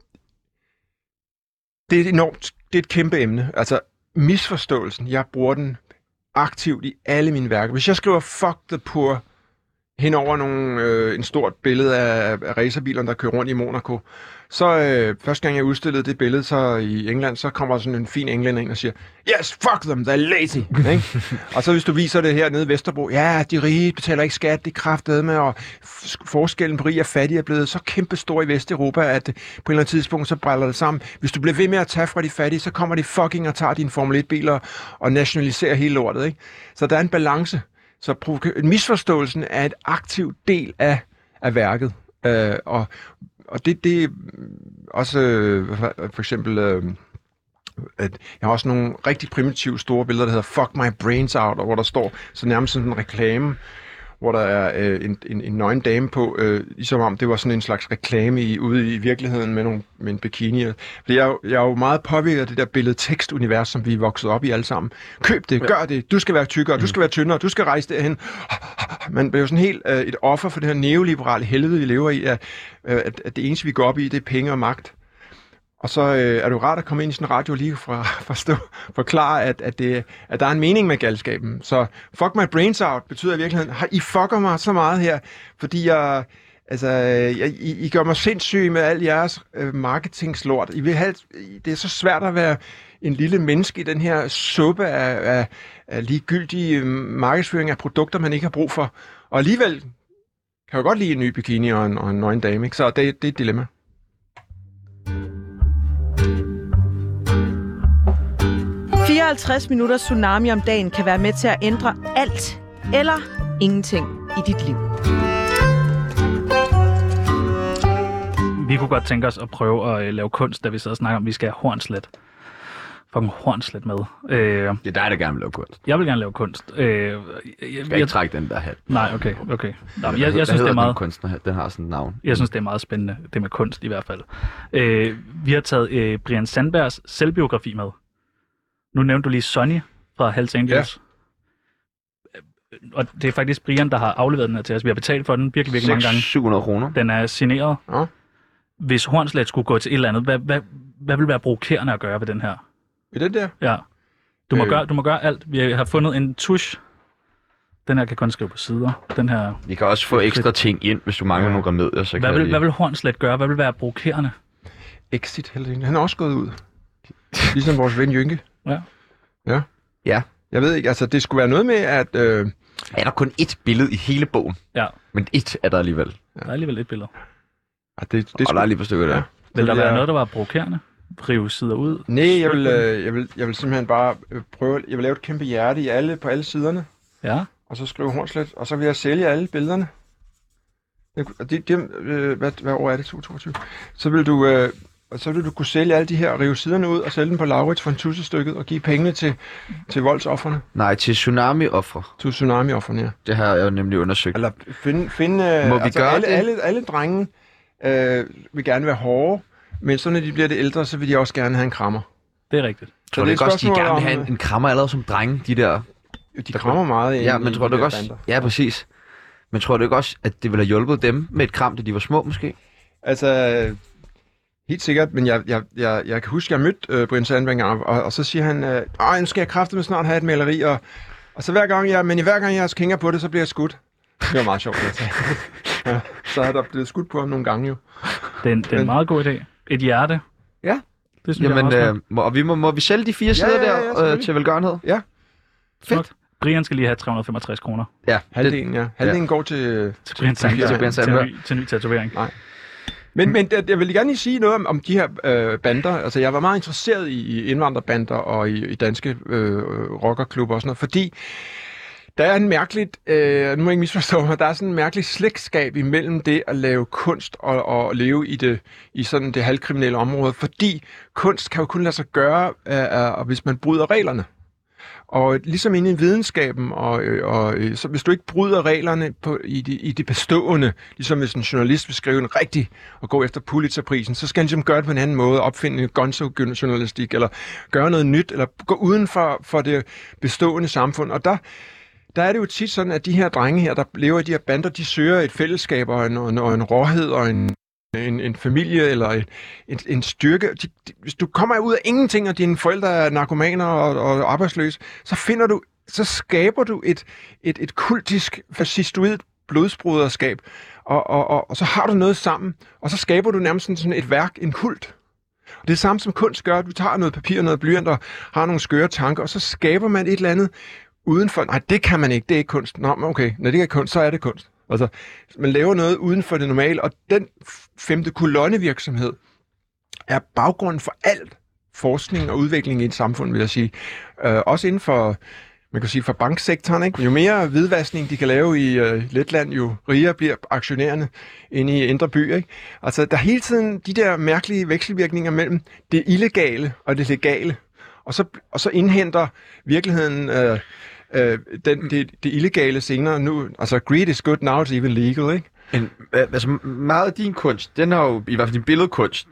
Det er et enormt, det er et kæmpe emne. Altså, misforståelsen, jeg bruger den aktivt i alle mine værker. Hvis jeg skriver fuck the poor hen over nogle, øh, en stort billede af, af racerbilerne, der kører rundt i Monaco, så øh, første gang jeg udstillede det billede så i England, så kommer sådan en fin englænder ind og siger, yes, fuck them, they're lazy. Ikke? Og så hvis du viser det her nede i Vesterbro, ja, de rige betaler ikke skat, det er kraftedeme, og f- forskellen på rig og fattig er blevet så kæmpe stor i Vesteuropa, at på et eller andet tidspunkt, så brænder det sammen. Hvis du bliver ved med at tage fra de fattige, så kommer de fucking og tager dine Formel et-biler og nationaliserer hele lortet. Ikke? Så der er en balance. Så provoka- misforståelsen er et aktiv del af, af værket. Øh, og og det, det er også øh, for eksempel... Øh, at jeg har også nogle rigtig primitive store billeder, der hedder Fuck My Brains Out, og hvor der står så nærmest sådan en reklame, hvor der er øh, en, en, en nøgen dame på, øh, ligesom om det var sådan en slags reklame i, ude i virkeligheden med, nogle, med en bikini. Fordi jeg, er jo- jeg er jo meget påvirket af det der billede-tekst-univers, som vi er vokset op i alle sammen. Køb det, gør det, du skal være tykkere, du skal være tyndere, du skal rejse derhen. Man bliver jo sådan helt øh, et offer for det her neoliberale helvede, vi lever i, at, øh, at, at det eneste, vi går op i, det er penge og magt. Og så øh, er det jo rart at komme ind i sådan en radio lige for at forstå, forklare, at, at, det, at der er en mening med galskaben. Så fuck my brains out betyder i virkeligheden, I fucker mig så meget her, fordi jeg, altså, jeg, I, I gør mig sindssyg med al jeres øh, marketingslort. I vil have, det er så svært at være en lille menneske i den her suppe af, af, af ligegyldige markedsføring af produkter, man ikke har brug for. Og alligevel kan jeg godt lide en ny bikini og en, og en nøgen dame, ikke? Så det, det er et dilemma. fireoghalvtreds minutter tsunami om dagen kan være med til at ændre alt eller ingenting i dit liv. Vi vi kunne godt tænke os at prøve at øh, lave kunst, da vi sidder og snakker om, at vi skal have Hornslet. Fucking Hornslet med. Øh, Det er dig, der gerne vil lave kunst. jeg vil gerne lave kunst. Øh, jeg, Jeg jeg, kan ikke trække den der hat. nej, okay, okay. Nå, men jeg, Hvad jeg synes, det er meget... Den kunstnerhat? Den har sådan et navn. Jeg synes, det er meget spændende, det med kunst i hvert fald. Øh, vi har taget øh, Brian Sandbergs selvbiografi med. Nu nævnte du lige Sonny fra Hells Angels. Ja. Og det er faktisk Brian, der har afleveret den her til os. Vi har betalt for den virkelig, virkelig mange gange. syv hundrede kroner. Den er signeret. Ja. Hvis Hornslet skulle gå til et eller andet, hvad, hvad, hvad vil være provokerende at gøre ved den her? I den der? Ja. Du må, Øh. gøre, du må gøre alt. Vi har fundet en tusch. Den her kan kun skrive på sider. Den her... Vi kan også få ekstra ting ind, hvis du mangler Ja. nogle remedier. Så Hvad kan vil, vi... hvad vil Hornslet gøre? Hvad vil være provokerende? Exit Helling. Han er også gået ud. Ligesom vores ven Jynke. Ja. Ja. Ja. Jeg ved ikke, altså det skulle være noget med, at... Øh, Er der kun ét billede i hele bogen? Ja. Men ét er der alligevel. Der er alligevel et billede. at det, det Og der er lige på stykker der. Ja. Vil der vil være jeg- noget, der var provokerende? Rive sider ud? Nej, jeg vil, øh, jeg, vil, jeg vil simpelthen bare øh, prøve... Jeg vil lave et kæmpe hjerte i alle, på alle siderne. Ja. Og så skrive Hornslet. Og så vil jeg sælge alle billederne. Det, det, det, øh, hvad, hvad år er det? to tusind toogtyve. Så vil du... Øh, og så vil du kunne sælge alle de her, rive siderne ud og sælge dem på Laurits for en tussestykket og give pengene til, til voldsofferne. Nej, til tsunami-ofre. Til tsunami-offerne, ja. Det har jeg jo nemlig undersøgt. Eller finde... finde øh, Må vi altså gøre alle, det? Alle, alle drenge øh, vil gerne være hårde, men så når de bliver det ældre, så vil de også gerne have en krammer. Det er rigtigt. Tror du det er ikke et også, de spørgsmål gerne vil om, have en, en krammer allerede som drenge, de der... De krammer meget. Ja, i- men i tror de du ikke der også... bander. Ja, præcis. Men tror du ikke også, at det ville have hjulpet dem med et kram, da de var små, måske? Altså, helt sikkert, men jeg, jeg, jeg, jeg kan huske, at jeg mødte øh, Brian Sandberg engang, og, og så siger han, øh, Ej, nu skal jeg kraftedeme snart have et maleri, og, og så hver gang jeg, men hver gang jeg har kænger på det, så bliver jeg skudt. Det var meget sjovt, altså. Ja, så er der blevet skudt på ham nogle gange jo. Det er en, det er en Men- meget god idé. Et hjerte. Ja. Det synes Jamen, jeg også. øh, må, og vi må, må vi sælge de fire Ja, sider ja, ja, der øh, selvfølgelig. til velgørenhed? Ja. Fedt. Brian skal lige have tre hundrede og femogtres kroner Ja, Halvdelen, ja. Halvdelen ja. går til... til Brian Sandberg. til Brian til, Sandberg. ny, til ny tatovering. Men, men jeg jeg vil gerne lige sige noget om, om de her øh, bander. Altså, jeg var meget interesseret i, i indvandrerbander og i, i danske øh, rockerklubber og sådan noget, fordi der er en mærkeligt, øh, nu må jeg ikke misforstå mig, der er sådan en mærkelig slægtskab imellem det at lave kunst og, og leve i det i sådan det halvkriminelle område, fordi kunst kan jo kun lade sig gøre, øh, øh, hvis man bryder reglerne. Og ligesom inde i videnskaben, og, øh, og øh, så hvis du ikke bryder reglerne på, i, det, i det bestående, ligesom hvis en journalist vil skrive en rigtig og gå efter Pulitzerprisen, så skal han ligesom gøre det på en anden måde, opfinde en gonzo-journalistik, eller gøre noget nyt, eller gå uden for, for det bestående samfund. Og der, der er det jo tit sådan, at de her drenge her, der lever i de her bander, de søger et fællesskab og en, og en, og en råhed og en En, en familie eller en, en, en styrke. De, de, hvis du kommer ud af ingenting, og dine forældre er narkomaner og, og arbejdsløse, så finder du, så skaber du et, et, et kultisk, fascistoidt blodsbruderskab, og, og, og, og så har du noget sammen, og så skaber du nærmest sådan et værk, en kult. Og det er samme som kunst gør, at du tager noget papir og noget blyant og har nogle skøre tanker, og så skaber man et eller andet udenfor. Nej, det kan man ikke, det er ikke kunst. Nå, men okay, når det ikke er kunst, så er det kunst. Altså, man laver noget uden for det normale, og den femte kolonnevirksomhed er baggrunden for alt forskning og udvikling i et samfund, vil jeg sige. Øh, også inden for, man kan sige, for banksektoren, ikke? Jo mere hvidvaskning de kan lave i øh, Letland, jo rigere bliver aktionærerne inde i indre by, ikke? Altså, der er hele tiden de der mærkelige vekselvirkninger mellem det illegale og det legale, og så, og så indhenter virkeligheden øh, øh, den, det, det illegale senere nu. Altså, greed is good, now it's even legal, ikke? En, altså meget af din kunst, den har jo, i hvert fald din billedkunst,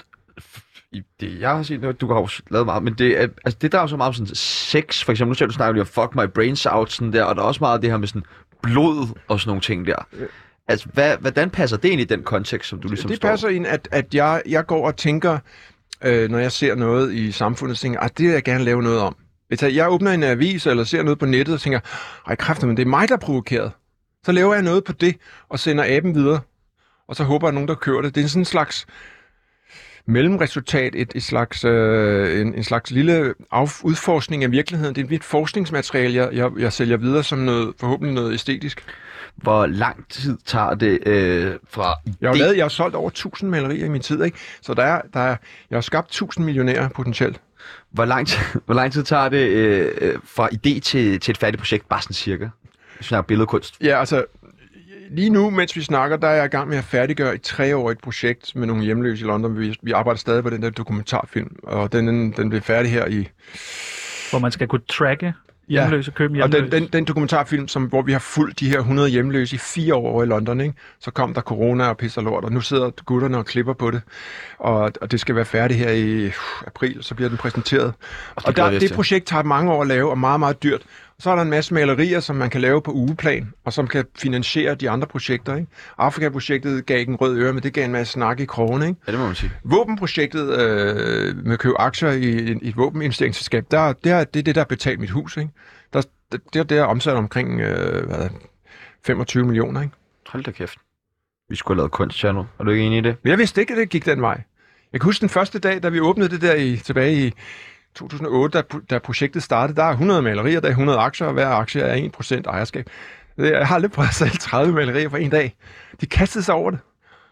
i det jeg har set, du har jo lavet meget, men det, er, altså, det der er jo så meget sådan sex, for eksempel, nu ser du snakker lige om fuck my brains out, sådan der, og der er også meget af det her med sådan blod og sådan nogle ting der. Altså, hvad, hvordan passer det ind i den kontekst, som du ligesom det står? passer ind, at, at jeg, jeg går og tænker, øh, når jeg ser noget i samfundet, så tænker jeg, det vil jeg gerne lave noget om. Hvis jeg, jeg åbner en avis eller ser noget på nettet og tænker, ej kræfter, men det er mig, der er provokeret. Så laver jeg noget på det og sender aben videre. Og så håber jeg, at nogen, der kører det. Det er sådan en slags mellemresultat, et, et slags, øh, en, en slags lille af, udforskning af virkeligheden. Det er et forskningsmateriale, jeg, jeg, jeg sælger videre som noget, forhåbentlig noget æstetisk. Hvor lang tid tager det øh, fra... Jeg har, idé- lavet, jeg har solgt over tusind malerier i min tid, ikke? Så der er, der er, jeg har skabt tusind millionærer potentielt. Hvor lang, tid, hvor lang tid tager det øh, fra idé til, til et færdigt projekt, bare sådan cirka? Hvis vi snakker billedkunst. Ja, altså, lige nu, mens vi snakker, der er jeg i gang med at færdiggøre et treårigt projekt med nogle hjemløse i London. Vi, vi arbejder stadig på den der dokumentarfilm, og den, den bliver færdig her i... Hvor man skal kunne tracke hjemløse, ja. Købe hjemløse. Og den, den, den dokumentarfilm, som, hvor vi har fulgt de her hundrede hjemløse i fire år i London, ikke? Så kom der corona og pis og lort, og nu sidder gutterne og klipper på det. Og, og det skal være færdigt her i uh, april, så bliver den præsenteret. Og, og der, det projekt tager mange år at lave, og meget, meget dyrt. Så er der en masse malerier, som man kan lave på ugeplan, og som kan finansiere de andre projekter. Ikke? Afrika-projektet gav ikke en rød øre, men det gav en masse snak i krogene. Ikke? Ja, det må man sige. Våbenprojektet øh, med at købe aktier i, i et våbeninvesteringsselskab, der, det, er, det er det, der har betalt mit hus. Ikke? Der, det, det, det er omsat omkring øh, hvad, femogtyve millioner. Ikke? Hold da kæft. Vi skulle have lavet kunstchannel. Er du ikke enig i det? Men jeg vidste ikke, at det gik den vej. Jeg kan huske den første dag, da vi åbnede det der i, tilbage i to tusind og otte, da, da projektet startede, der er hundrede malerier, der er hundrede aktier, og hver aktie er en procent ejerskab. Jeg har aldrig prøvet at sælge tredive malerier for en dag. De kastede sig over det.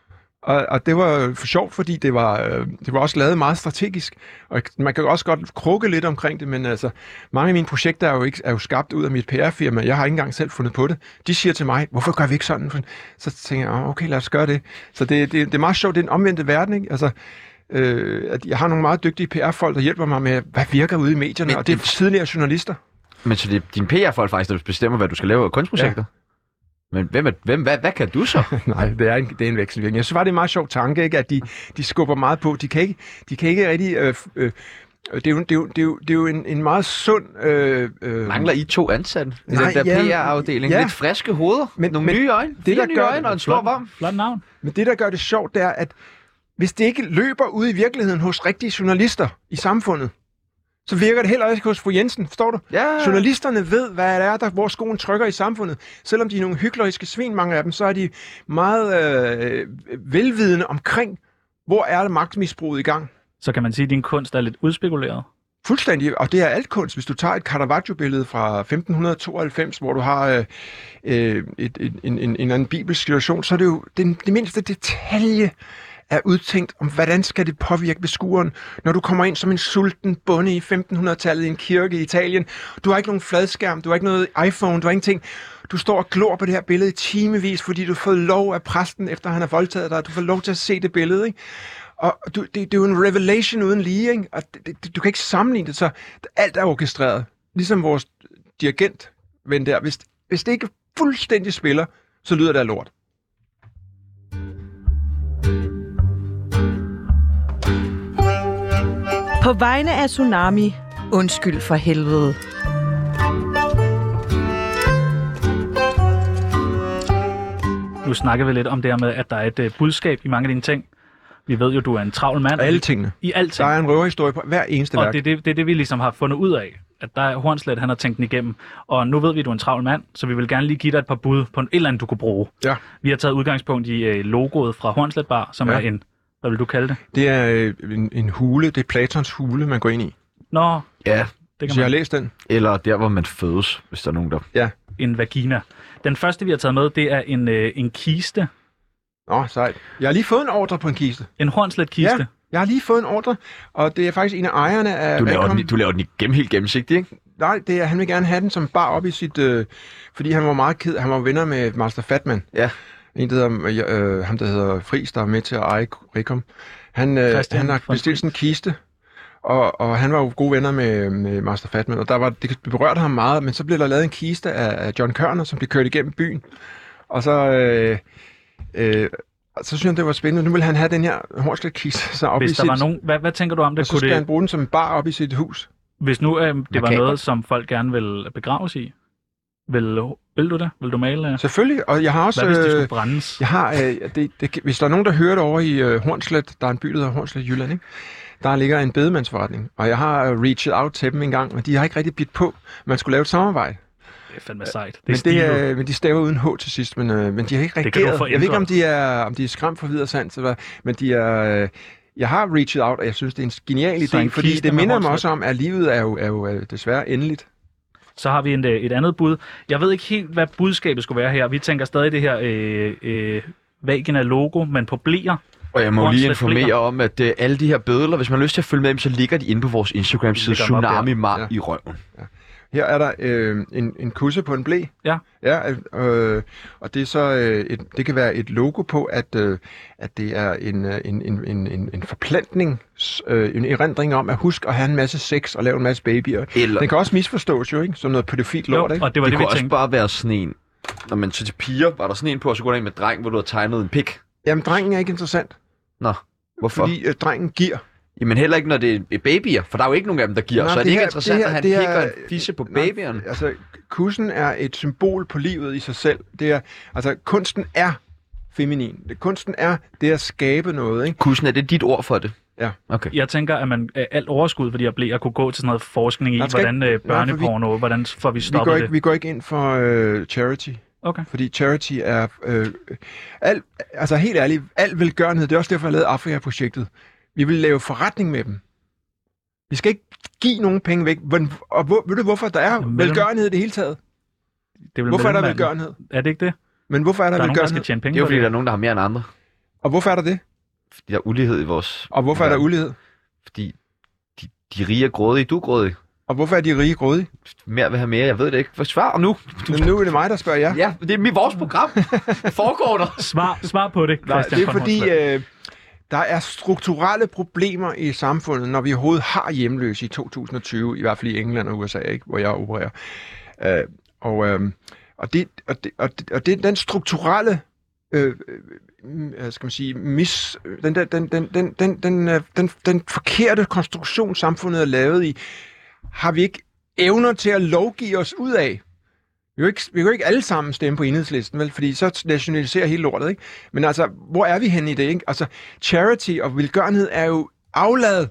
Og, og det var for sjovt, fordi det var, øh, det var også lavet meget strategisk. Og man kan også godt krukke lidt omkring det, men altså, mange af mine projekter er jo, ikke, er jo skabt ud af mit P R-firma. Jeg har ikke engang selv fundet på det. De siger til mig, hvorfor gør vi ikke sådan? Så tænker jeg, okay, lad os gøre det. Så det, det, det er meget sjovt, det er en omvendte verden, ikke? Altså, Øh, at jeg har nogle meget dygtige P R-folk, der hjælper mig med, hvad virker ude i medierne, men, og det er tidligere journalister. Men så det er din P R-folk faktisk, der bestemmer, hvad du skal lave af kunstprojekter? Ja. Men hvem, er, hvem hvad, hvad kan du så? Nej, det er en, det er en vekselvirkning. Jeg synes bare, det er en meget sjov tanke, ikke? At de, de skubber meget på. De kan ikke, de kan ikke rigtig... Øh, øh, det er jo, det er jo, det er jo, det er jo en, en meget sund... Øh, øh, Mangler I to ansatte i nej, den der ja, P R-afdeling? Ja. Lidt friske hoveder, men, nogle men, nye øjne, det, der nye gør, øjne og en stor varm. Flot navn. Men det, der gør det sjovt, det er, at hvis det ikke løber ud i virkeligheden hos rigtige journalister i samfundet, så virker det heller ikke hos fru Jensen, forstår du? Ja. Journalisterne ved, hvad det er, der, hvor skoen trykker i samfundet. Selvom de er nogle hykleriske svin, mange af dem, så er de meget øh, velvidende omkring, hvor er det magtmisbruget i gang. Så kan man sige, at din kunst er lidt udspekuleret? Fuldstændig, og det er alt kunst. Hvis du tager et Caravaggio-billede fra femten tooghalvfems, hvor du har øh, øh, et, et, en, en, en anden bibelsk situation, så er det jo den, det mindste detalje, er udtænkt om, hvordan skal det påvirke beskueren, når du kommer ind som en sulten bonde i femtenhundredetallet i en kirke i Italien. Du har ikke nogen fladskærm, du har ikke noget iPhone, du har ingenting. Du står og glor på det her billede i timevis, fordi du har fået lov af præsten, efter han har voldtaget dig. Du får lov til at se det billede, ikke? Og du, det, det er jo en revelation uden lige, ikke? Og det, det, du kan ikke sammenligne det, så alt er orkestreret. Ligesom vores dirigentven der. Hvis, hvis det ikke fuldstændig spiller, så lyder det af lort. På vegne af Tsunami, undskyld for helvede. Nu snakker vi lidt om det her med, at der er et uh, budskab i mange af dine ting. Vi ved jo, du er en travl mand. Alle tingene. I alt ting. Der er en røverhistorie på hver eneste og værk. Og det er det, det, det, vi ligesom har fundet ud af. At der er Hornslet, han har tænkt den igennem. Og nu ved vi, at du er en travl mand, så vi vil gerne lige give dig et par bud på en eller anden, du kunne bruge. Ja. Vi har taget udgangspunkt i uh, logoet fra Hornslet Bar, som ja. er en... Hvad vil du kalde det? Det er øh, en, en hule. Det er Platons hule, man går ind i. Nå, ja. Det kan så man... jeg har læst den. Eller der, hvor man fødes, hvis der er nogen, der... Ja. En vagina. Den første, vi har taget med, det er en, øh, en kiste. Nå, sejt. Jeg har lige fået en ordre på en kiste. En Hornslet-kiste? Ja, jeg har lige fået en ordre, og det er faktisk en af ejerne af... Du laver, den, du laver den igennem helt gennemsigtig, ikke? Nej, det er, han vil gerne have den som bar op i sit... Øh, fordi han var meget ked. Han var venner med Master Fatman. Ja. En, der hedder, øh, ham, der hedder Friis, der er med til at eje Rikom. Han, øh, han har bestilt sådan en kiste, og, og han var jo gode venner med, med Master Fatman, og der var, det berørte ham meget, men så blev der lavet en kiste af, af John Kørner, som blev kørt igennem byen. Og så, øh, øh, så synes han, det var spændende. Nu vil han have den her Hornslet-kiste. Så op Hvis i der sit, var nogen, hvad, hvad tænker du om det? Og så skal det... han bruge den som en bar op i sit hus. Hvis nu øh, det Markaber. var noget, som folk gerne vil begraves i, vil, vil du det? Vil du male? Selvfølgelig, og jeg har også... Hvad hvis det øh, skulle brændes? Jeg har, øh, det, det, hvis der er nogen, der hører det over i øh, Hornslet, der er en by, der hedder Hornslet, Jylland, ikke? Der ligger en bedemandsforretning, og jeg har øh, reachet out til dem en gang, men de har ikke rigtig bidt på. Man skulle lave et samarbejde. Det er fandme sejt. Det er men, stilet. det, øh, men de staver uden H til sidst, men, øh, men de har ikke reageret. Jeg ved ikke, om de er, om de er skræmt for videre sandt, eller, men de er... Øh, jeg har reachet out, og jeg synes, det er en genial idé, fordi det minder mig også om, at livet er jo, er jo er desværre endeligt. Så har vi en, et andet bud. Jeg ved ikke helt, hvad budskabet skulle være her. Vi tænker stadig det her øh, øh, vagina-logo, men på bleer. Og jeg må lige informere om, at uh, alle de her billeder, hvis man har lyst til at følge med dem, så ligger de inde på vores Instagram-side Tsunami Mar ja. i røven. Ja. Her er der øh, en, en kusse på en ble. Ja. Ja, øh, og det er så øh, et, det kan være et logo på, at, øh, at det er en, en, en, en, en, en forplantning, øh, en erindring om at huske at have en masse sex og lave en masse babyer. Eller... Den kan også misforstås jo, ikke? Som noget pædofilt lort, ikke? Og det var det, det, det vi kunne tænkte. også bare være sådan en, når man så til piger, var der sådan en på, og så går der en med dreng, hvor du har tegnet en pik. Jamen, drengen er ikke interessant. Nå, hvorfor? Fordi øh, drengen giver. Jamen heller ikke, når det er babyer, for der er jo ikke nogen af dem, der giver. Nå, så er det, det ikke her- interessant, det her- at han det kigger er- en fisse på Nej, babyerne. Altså, kussen er et symbol på livet i sig selv. Det er, altså, kunsten er feminin. Det, kunsten er det at skabe noget, ikke? Kussen, er det dit ord for det? Ja. Okay. Jeg tænker, at man øh, alt overskud for de her bleer kunne gå til sådan noget forskning i, Der skal hvordan øh, børneporno, hvordan får vi Vi stoppet går, ikke, det. vi går ikke ind for øh, charity. Okay. Fordi charity er... Øh, alt, altså helt ærligt, al velgørenhed, det er også derfor, jeg lavede Afrika-projektet. Vi vil lave forretning med dem. Vi skal ikke give nogen penge væk. Men, og hvor, ved du, hvorfor der er Mellem- velgørenhed i det hele taget? Det er vel Hvorfor er der mellemmanden. velgørenhed? Er det ikke det? Men hvorfor er der, Der er nogen, der velgørenhed? skal tjene Det penge er jo på fordi, det. der er nogen, der har mere end andre. Og hvorfor er der det? Fordi der er ulighed i vores... Og hvorfor er der verden. ulighed? Fordi de, de rige er grådige, du er grådig. Og hvorfor er de rige grådige? Mere vil have mere, jeg ved det ikke. Forsvar nu. Du... Men nu er det mig, der spørger jer. Ja, det er mit vores program. Foregår der? Svar, svar på det, Nej, Christian. det er von fordi, Hornslet. øh, der er strukturelle problemer i samfundet, når vi overhovedet har hjemløse i to tusind og tyve, i hvert fald i England og U S A, ikke, hvor jeg opererer. Øh, og, øh, og, det, og, det, og, det, og det den strukturelle øh, øh, skal man sige, mis, den, der, den, den, den, den, den, øh, den, den forkerte konstruktion, samfundet er lavet i, har vi ikke evner til at lovgive os ud af. Vi kan jo ikke, vi kan jo ikke alle sammen stemme på Enhedslisten, vel? Fordi så nationaliserer hele lortet, ikke? Men altså, hvor er vi henne i det, ikke? Altså, charity og velgørenhed er jo afladet.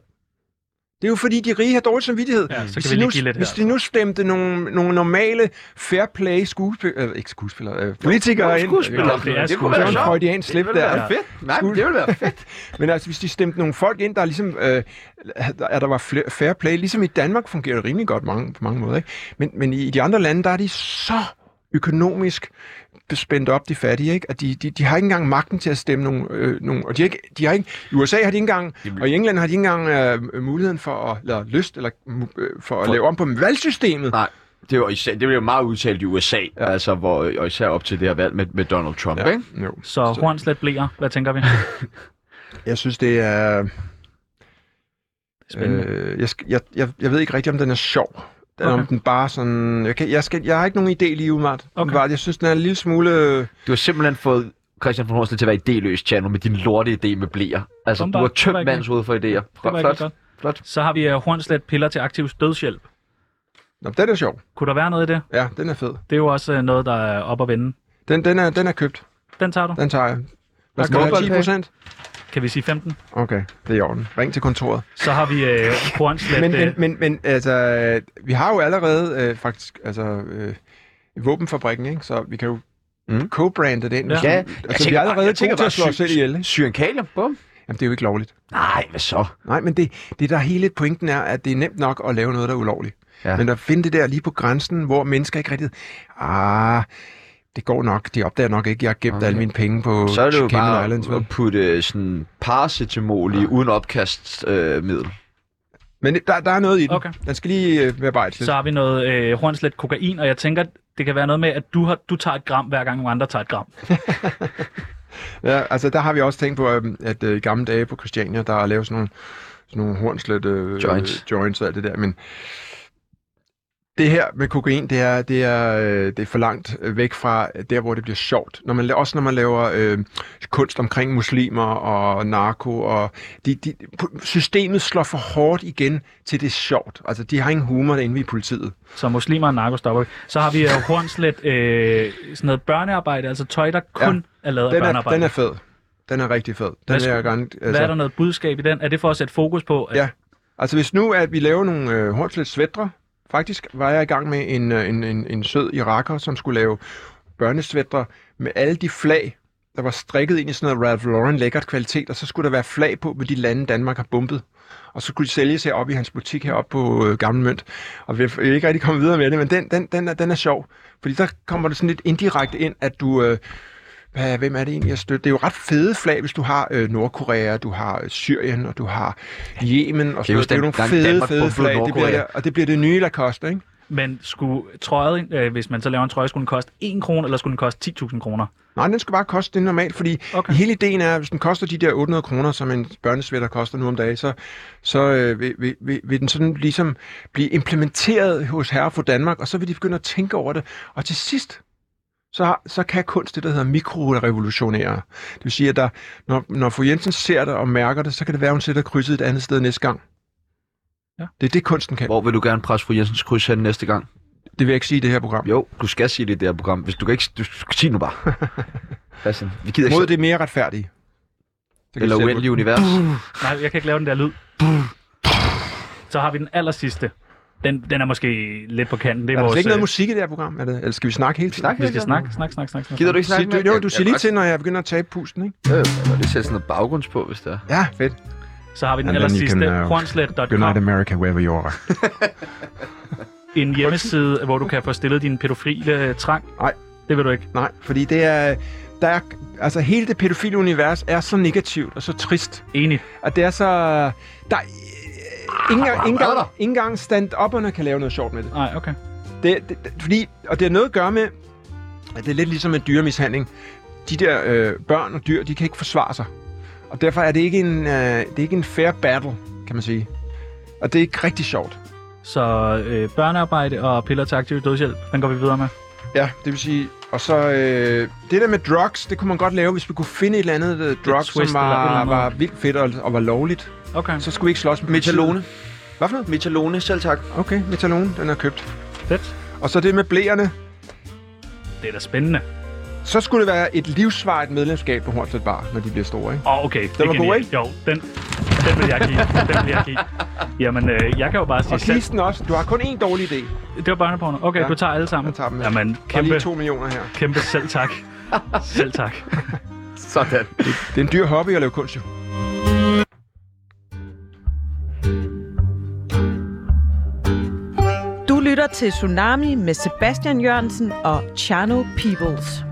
Det er jo fordi, de rige har dårlig samvittighed. Ja, så hvis kan de vi lige nu, give lidt hvis her. de nu stemte nogle, nogle normale fair play skuespillere, øh, ikke skuespillere, øh, politikere ind. skuespillere. Det er Det kunne Det være var en sjovt. freudian slip Det ville der. være fedt. Nej, men det ville være fedt. Men altså, hvis de stemte nogle folk ind, der ligesom, øh, at der var fl- fair play, ligesom i Danmark fungerer det rimelig godt mange, på mange måder, ikke? Men, men i de andre lande, der er de så økonomisk spændt op, de fattige, ikke? At de, de, de har ikke engang magten til at stemme nogle... Øh, nogle og de har ikke, de har ikke, i U S A har de ikke engang, og i England har de ikke engang øh, muligheden for at, eller lyst, eller øh, for at For- lave om på valgsystemet. Nej, det var, især, det var jo meget udtalt i U S A, ja. Altså, hvor, og især op til det her valg med, med Donald Trump, ja. Ikke? Jo. Så Hornslet bleer, hvad tænker vi? Jeg synes, det er... Spændende. Øh, jeg, skal, jeg, jeg, jeg ved ikke rigtig, om den er sjov. Okay. Om den bare sådan... Jeg, kan, jeg, skal, jeg har ikke nogen idé lige umiddelbart. Okay. Okay. Jeg synes, den er en lille smule... Du har simpelthen fået Christian von Hornslet til at være idéløs channel med din lorte idé med bleer. Altså, Kom du bare. har Det var tømt ikke mands hoved for idéer. Det var ikke Flot, godt. flot. Så har vi uh, Hornslet piller til aktiv dødshjælp. Nå, den er sjov. Kunne der være noget i det? Ja, den er fed. Det er jo også uh, noget, der er op at vende. Den, den, er, den er købt. Den tager du. Den tager jeg. Hvad skal Okay. du have? ti procent? Kan vi sige femten? Okay, det er i orden. Ring til kontoret. Så har vi uh, Hornslet... Men, uh, men, men, men altså, vi har jo allerede øh, faktisk altså, øh, våbenfabrikken, ikke? Så vi kan jo Mm. mm. co-brande den. Ja. Ja. Ja, Altså, jeg vi tænker er allerede bare- jeg tænker gode til bare at slå os sy- selv ihjel, ikke? Syre en kalium, bum. Jamen, det er jo ikke lovligt. Nej, hvad så? Nej, men det, det der hele pointen er, at det er nemt nok at lave noget, der er ulovligt. Ja. Ja. Men at finde det der lige på grænsen, hvor mennesker ikke rigtig... Ah, det går nok. De opdager nok ikke, at jeg har gemt Okay. okay. alle mine penge på Så er det jo Cayman bare Islands. Vel? at putte sådan paracetamol i Ja. uden opkastmiddel. Øh, middel. Men der, der er noget i den. Okay. Den skal lige øh, være bare til. Så har vi noget øh, Hornslet kokain, og jeg tænker, det kan være noget med, at du, har, du tager et gram, hver gang nogle andre tager et gram. Ja, altså der har vi også tænkt på, øh, at øh, i gamle dage på Christiania, der er lavet sådan nogle, sådan nogle hornslet øh, Joints. joints og alt det der. Men det her med kokain, det er, det er, øh, det er for langt væk fra der, hvor det bliver sjovt. Når man, la- også når man laver øh, kunst omkring muslimer og narko, og de, de, systemet slår for hårdt igen til det er sjovt. Altså, de har ingen humor inde i politiet. Så muslimer og narko stopper vi. Så har vi øh, Hornslet øh, sådan noget børnearbejde, altså tøj, der kun ja. er lavet af Den er, børnearbejde. den er fed. Den er rigtig fed. Den Hvad er skulle- jeg gerne, Hvad er der noget budskab i den? Er det for at sætte fokus på? At... Ja. Altså hvis nu, at vi laver nogle øh, Hornslet svætre, faktisk var jeg i gang med en, øh, en, en, en sød iraker, som skulle lave børnesvætre med alle de flag, der var strikket ind i sådan noget Ralph Lauren lækkert kvalitet, og så skulle der være flag på med de lande, Danmark har bumpet. Og så skulle de sælges heroppe i hans butik heroppe på øh, Gamle Mønt. Og vi er ikke rigtig kommet videre med det, men den, den, den, er, den er sjov. Fordi der kommer det sådan lidt indirekte ind, at du... Øh, Hvad, hvem er det egentlig, jeg støtter? Det er jo ret fede flag, hvis du har øh, Nordkorea, du har Syrien, og du har Yemen, og så Det er jo det er jo nogle Dan- fede, Danmark fede bombede flag, det bliver Nordkorea. det, og det bliver det nye Lacoste, ikke? Men skulle trøjen, øh, hvis man så laver en trøje, skulle den koste en krone, eller skulle den koste ti tusind kroner? Nej, den skal bare koste det normalt, fordi Okay. hele ideen er, at hvis den koster de der otte hundrede kroner, som en børnesweater koster nu om dagen, så, så øh, vil, vil, vil, vil den sådan ligesom blive implementeret hos Herre for Danmark, og så vil de begynde at tænke over det. Og til sidst, så, har, så kan kunst det, der hedder mikrorevolutionere. Det vil sige, at der, når, når fru Jensen ser det og mærker det, så kan det være, at hun sætter krydset et andet sted næste gang. Ja. Det er det, kunsten kan. Hvor vil du gerne presse fru Jensens kryds hen næste gang? Det vil jeg ikke sige i det her program. Jo, du skal sige det i det her program. Hvis du kan ikke... Du skal sige nu bare. Christian, vi gider ikke... Mod det mere retfærdige. Eller uendelige univers. Nej, jeg kan ikke lave den der lyd. Så har vi den aller sidste. Den, den er måske lidt på kanten. Det er, Er der vores, slet ikke noget øh, musik i det her program? Er det, eller skal vi snakke hele tiden? Snakke Vi skal snakke, snakke, snakke, snakke. Gider du ikke snakke Sig, med? du, jo, du siger lige til, når jeg begynder at tabe pusten, ikke? Øh, eller det sætter sådan noget baggrunds på, hvis det er. Ja, fedt. Så har vi den And aller then you sidste. can, uh, hornslet punktum Good night com. America, wherever you are. En hjemmeside, hvor du kan få stillet din pædofile trang. Nej. Det vil du ikke. Nej, fordi det er... Der er altså, hele det pædofile univers er så negativt og så trist. Enig. At det er så... Der er ingen, ingen, ingen, gang, ingen gang stand-upperne kan lave noget sjovt med det. Nej, okay. det, det, det fordi, og det har noget at gøre med, at det er lidt ligesom en dyremishandling. De der øh, børn og dyr, de kan ikke forsvare sig. Og derfor er det ikke en, øh, det er ikke en fair battle, kan man sige. Og det er ikke rigtig sjovt. Så øh, børnearbejde og piller til aktiv dødshjælp, den går vi videre med. Ja, det vil sige... Og så øh, det der med drugs, det kunne man godt lave, hvis vi kunne finde et eller andet øh, drug, som twist eller et eller var, andet. var vildt fedt og, og var lovligt. Okay. Så skulle vi ikke slås med Metalone. Hvad for noget? Metalone, selv tak. Okay, Metalone, den er købt. Fedt. Og så det med blæerne. Det er da spændende. Så skulle det være et livsvarigt medlemskab på Hornslet Bar, når de bliver store, ikke? Åh, oh, okay. Den var god, ikke? Jo, den, den vil jeg give. Den vil jeg give. Jamen, øh, jeg kan jo bare sige Og selv... kisten også. Du har kun én dårlig idé. Det var børneporno. Okay, Ja. ja. Du tager alle sammen. Jeg tager dem med. Jamen, Der er kæmpe, lige to millioner her. kæmpe selv tak. Selv tak. Sådan. Det er en dyr hobby at lave kunst, jo. Du lytter til Tsunami med Sebastian Jørgensen og Chano Peoples.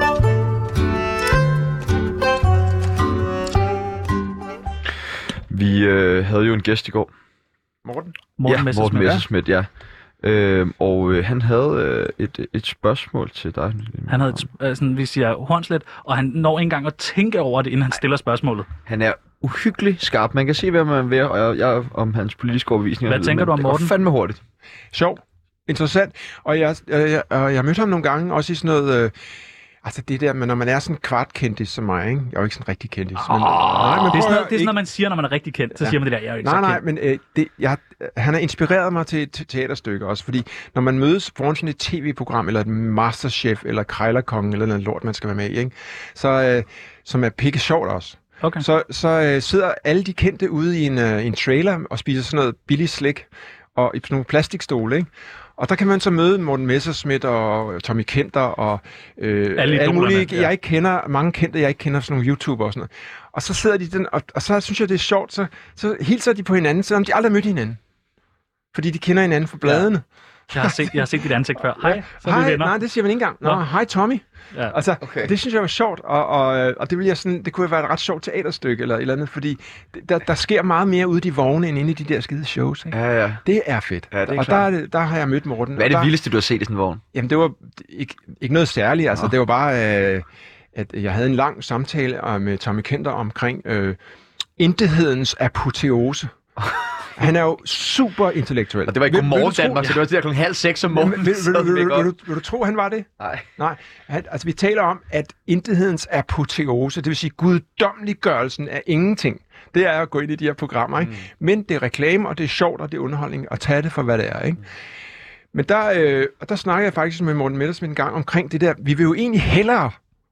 Vi øh, havde jo en gæst i går. Morten? Morten ja, Messerschmidt. Morten Messerschmidt, ja. Øh, og øh, han havde øh, et, et spørgsmål til dig. Han havde, et, sp- øh, sådan, vi siger Hornslet, og han når ikke engang at tænke over det, inden han stiller spørgsmålet. Han er uhyggelig skarp. Man kan se, hvad man vil, og jeg, jeg om hans politiske overbevisninger. Hvad tænker du om Det går Morten? fandme hurtigt. Sjov. Interessant. Og jeg, jeg, jeg, jeg, jeg mødte ham nogle gange, også i sådan noget... Øh, altså det der, men når man er sådan kvart kendis som mig, ikke? Jeg er jo ikke sådan rigtig kendis. Men, nej, men Det er prøv sådan, at noget, høre, det er sådan ikke- noget, man siger, når man er rigtig kendt. Så Ja. siger man det der, jeg er jo ikke Nej, så nej, kendt. men øh, det, jeg, han har inspireret mig til et te- teaterstykke også, fordi når man mødes foran sådan et tv-program, eller et Masterchef, eller Krejlerkongen, eller noget lort, man skal være med i, ikke? Så, øh, som er pikke sjovt også, Okay. så, så øh, sidder alle de kendte ude i en, øh, en trailer og spiser sådan noget billig slik, og i sådan nogle plastikstole, ikke? Og der kan man så møde Morten Messerschmidt og Tommy Kenter og øh, Alle alle idolerne, mulige, ja. jeg ikke kender, mange kendte, jeg ikke kender, sådan nogle YouTuber og sådan noget. Og så sidder de den, og, og så synes jeg, det er sjovt, så, så hilser de på hinanden, selvom de aldrig har mødt hinanden. Fordi de kender hinanden fra bladene. Jeg har set, jeg har set dit ansigt før. Hej, så er vi Hej, venner. nej, det siger man ikke engang. Nå, Nå. hej Tommy. Ja. Altså, Okay. okay. Det synes jeg var sjovt, og, og, og det, ville jeg sådan, det kunne være et ret sjovt teaterstykke eller et eller andet, fordi det- der, der sker meget mere ude i de vogne, end inde i de der skide shows. Ikke? Ja, ja. Det er fedt. Ja, det er og der, klart. er det, der har jeg mødt Morten. Hvad er og det der, vildeste, du har set i sådan en vogn? Jamen, det var ikke, ikke noget særligt. Altså, Nå. det var bare, øh, at jeg havde en lang samtale øh, med Tommy Kenter omkring øh, intethedens apoteose. Han er jo super intellektuel. Og det var ikke Vil- vil Godmorgen du tro- Danmark, så det var der klokken halv seks om Jamen, morgenen. vil, vil, så vil, vil, vi vil, godt- vil, du, vil du tro, han var det? Nej. Nej, han, altså vi taler om, at intethedens apoteose, det vil sige guddommeliggørelsen af ingenting, det er at gå ind i de her programmer, ikke? Mm. Men det er reklame, og det er sjovt, og det er underholdning, og tage det for, hvad det er, ikke? Men der, øh, og der snakker jeg faktisk med Morten Messerschmidt en gang omkring det der, vi vil jo egentlig hellere...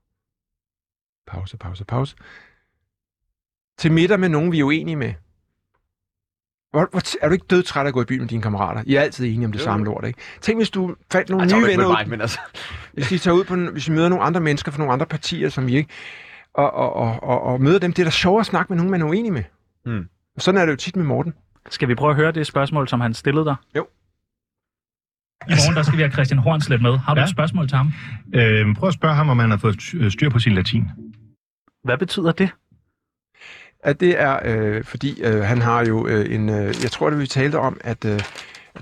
Pause, pause, pause. Til middag med nogen, vi er uenige med. Hvor, hvor, er du ikke dødtræt af at gå i byen med dine kammerater? I er altid enige om det Jo. samme lort, ikke? Tænk, hvis du fandt nogle Ej, så var nye det ikke venner med ud. mig, men altså... Hvis vi tager ud på en, hvis vi møder nogle andre mennesker fra nogle andre partier, som vi ikke... Og, og, og, og, og møder dem, det er da sjovere at snakke med nogen, man er uenig med. Mm. Sådan er det jo tit med Morten. Skal vi prøve at høre det spørgsmål, som han stillede dig? Jo. I morgen der skal vi have Christian Hornslet med. Har du Ja. et spørgsmål til ham? Øh, prøv at spørge ham, om han har fået st- styr på sin latin. Hvad betyder det? At det er, øh, fordi øh, han har jo øh, en... Øh, jeg tror, det vi talte om, at, øh, at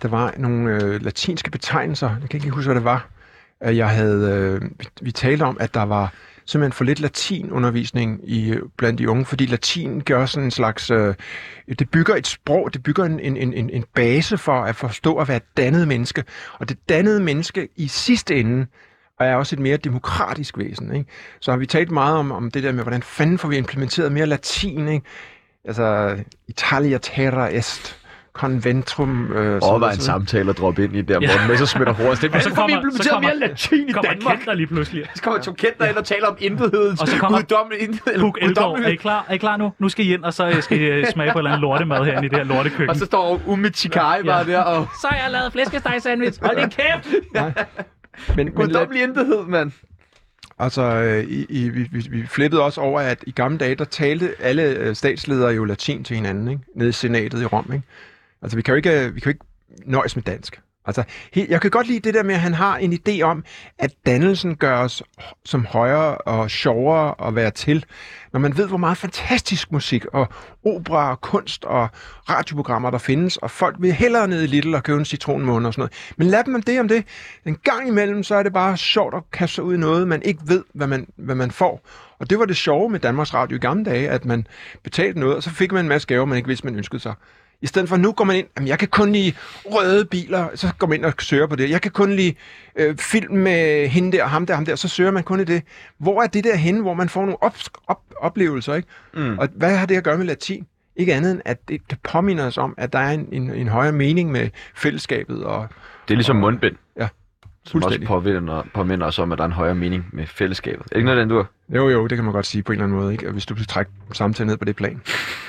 der var nogle øh, latinske betegnelser, jeg kan ikke huske, hvad det var, at jeg havde, øh, vi, vi talte om, at der var simpelthen for lidt latinundervisning i, blandt de unge, fordi latin gør sådan en slags, øh, det bygger et sprog, det bygger en, en, en, en base for at forstå at være et dannet menneske, og det dannede menneske i sidste ende er også et mere demokratisk væsen, ikke? Så har vi talt meget om, om det der med, hvordan fanden får vi implementeret mere latin, ikke? Altså, Italia terra est conventrum. Øh, Overvej en samtale og droppe ind i der, Morten Messerschmidt og Horst. Og så kommer, vi implementeret mere latin i Danmark. Kommer Kenter lige pludselig. Så kommer to Kenter ind og taler om intetheden. Og så kommer Puk Elgård. Er I klar? Er I klar nu? Nu skal I ind, og så skal I smage på et eller andet lortemad herinde i det her lortekøkken. Og så står Umi Chikai ja. bare der. Og... Så har jeg lavet flæskesteg-sandwich. Hold din kæft! Men, men guddommelig intethed, mand. Altså, øh, i, i, vi, vi flippede også over, at i gamle dage, der talte alle statsledere jo latin til hinanden, ikke? Nede i senatet i Rom, ikke? Altså, vi kan jo ikke, vi kan jo ikke nøjes med dansk. Altså, he, jeg kan godt lide det der med, at han har en idé om, at dannelsen gør os som højere og sjovere at være til. Når man ved, hvor meget fantastisk musik og opera og kunst og radioprogrammer der findes, og folk vil hellere ned i Lidl og købe en citronmåne og sådan noget. Men lad dem om det om det. En gang imellem, så er det bare sjovt at kaste sig ud i noget, man ikke ved, hvad man, hvad man får. Og det var det sjove med Danmarks Radio i gamle dage, at man betalte noget, og så fik man en masse gaver, man ikke vidste, man ønskede sig. I stedet for, nu går man ind, jamen jeg kan kun lide røde biler, så går man ind og søger på det. Jeg kan kun lide øh, film med hende der, ham der, ham der, så søger man kun i det. Hvor er det der henne, hvor man får nogle op, op, oplevelser, ikke? Mm. Og hvad har det at gøre med latin? Ikke andet end, at det, det påminder os om, at der er en, en, en højere mening med fællesskabet. Og, det er ligesom og, mundbind. Ja. Som også påminder, påminder os om, at der er en højere mening med fællesskabet. Er det ikke noget, den du har? Jo, jo, det kan man godt sige på en eller anden måde, ikke? Hvis du vil trække samtalen ned på det plan.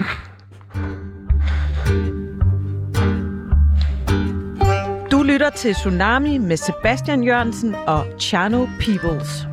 Du lytter til Tsunami med Sebastian Jørgensen og Chano Peoples.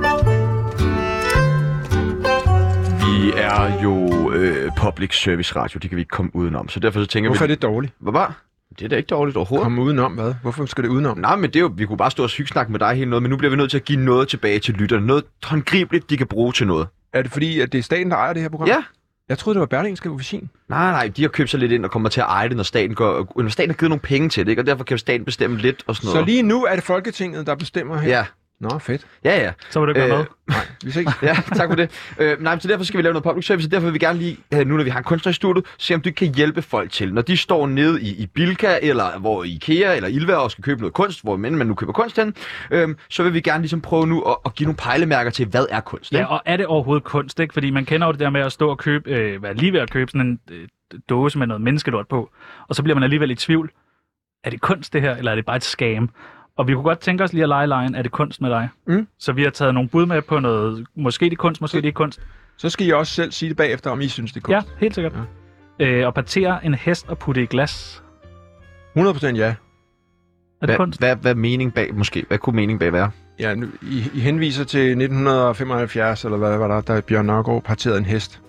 Vi er jo øh, public service radio, det kan vi ikke komme udenom. Så derfor så tænker Hvorfor vi... er det dårligt? Hvad var? Det er da ikke dårligt overhovedet. Komme udenom hvad? Hvorfor skal det udenom? Nej, men det er jo, vi kunne bare stå og sygsnakke med dig hele noget, men nu bliver vi nødt til at give noget tilbage til lytterne. Noget håndgribeligt, de kan bruge til noget. Er det fordi, at det er staten, der ejer det her program? Ja. Jeg troede, det var Berlingske Officin. Nej, nej, de har købt sig lidt ind og kommer til at eje det, når staten, går, når staten har givet nogle penge til det, ikke? Og derfor kan staten bestemme lidt og sådan noget. Så lige nu er det Folketinget, der bestemmer her? Ja. Nå, fedt. Ja, ja. Så må det gøre øh, med. Nej, vi ser ikke. Ja, tak for det. Øh, nej, så derfor skal vi lave noget public service, og derfor vil vi gerne lige, nu når vi har en kunstner i studiet, se om du kan hjælpe folk til. Når de står nede i, i Bilka, eller hvor i IKEA, eller Ilva og skal købe noget kunst, hvor men man nu køber kunst hen, øh, så vil vi gerne ligesom prøve nu at, at give nogle pejlemærker til, hvad er kunst. Ja, og er det overhovedet kunst, ikke? Fordi man kender jo det der med at stå og købe, øh, være lige ved at købe sådan en øh, dåse med noget menneskelort på, og så bliver man alligevel i tvivl. Er det kunst det her, eller er det bare et scam? Og vi kunne godt tænke os lige at lege lejen, er det kunst med dig? Mm. Så vi har taget nogle bud med på noget, måske det er kunst, måske det er ikke kunst. Så skal I også selv sige det bagefter, om I synes, det er kunst. Ja, helt sikkert. Ja. Øh, og partere en hest og putte i glas. hundrede procent ja. Er det hvad, kunst? hvad, hvad mening bag, måske? Hvad kunne mening bag være? Ja, nu, I, I henviser til nitten femoghalvfjerds, eller hvad var der, da Bjørn Nørgaard parterede en hest.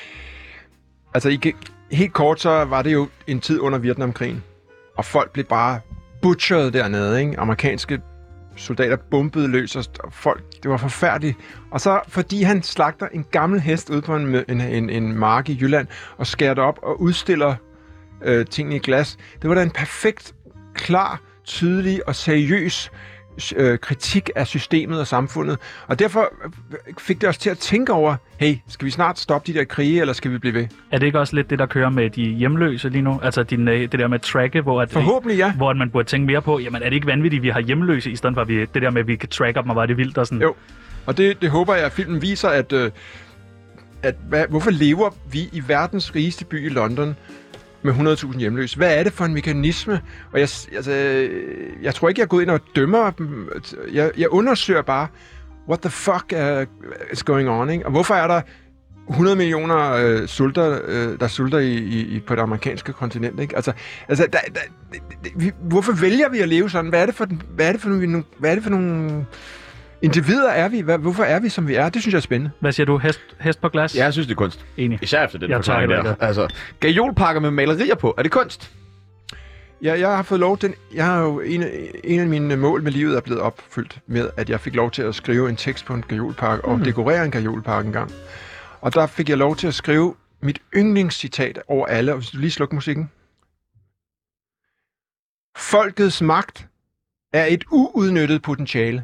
Altså, I, helt kort, så var det jo en tid under Vietnamkrigen. Og folk blev bare butcheret dernede, ikke? Amerikanske soldater bombede løs, og folk, det var forfærdeligt. Og så, fordi han slagter en gammel hest ude på en, en, en, en mark i Jylland, og skærer det op og udstiller øh, tingene i glas, det var da en perfekt, klar, tydelig og seriøs øh, kritik af systemet og samfundet. Og derfor fik det os til at tænke over, hey, skal vi snart stoppe de der krige, eller skal vi blive ved? Er det ikke også lidt det, der kører med de hjemløse lige nu? Altså din, det der med tracke, hvor, at, Forhåbentlig, ja. hvor man burde tænke mere på, jamen er det ikke vanvittigt, at vi har hjemløse, i stedet for at vi, det der med, at vi kan tracke dem, og var det vildt og sådan? Jo, og det, det håber jeg, at filmen viser, at, øh, at hvad, hvorfor lever vi i verdens rigeste by i London med hundrede tusind hjemløse? Hvad er det for en mekanisme? Og jeg, altså, jeg tror ikke, jeg er gået ind og dømmer dem. Jeg, jeg undersøger bare, what the fuck uh, is going on, ikke? Og hvorfor er der hundrede millioner øh, sulter, øh, der sulter i, i, på det amerikanske kontinent, ikke? Altså, altså der, der, der, vi, hvorfor vælger vi at leve sådan? Hvad er det for, hvad er det for, nogle, hvad er det for nogle individer er vi? Hvad, hvorfor er vi, som vi er? Det synes jeg er spændende. Hvad siger du? Hest, hest på glas? Ja, jeg synes, det er kunst. Enig. Især efter den Jeg forklaring tager der. det. Altså, gajolpakker med malerier på, er det kunst? Ja, jeg har fået lov til... Jeg har jo en, en af mine mål med livet er blevet opfyldt med, at jeg fik lov til at skrive en tekst på en gajolpakke og mm. dekorere en gajolpakke en gang. Og der fik jeg lov til at skrive mit yndlingscitat over alle. Og hvis du lige slukker musikken. folkets magt er et uudnyttet potentiale.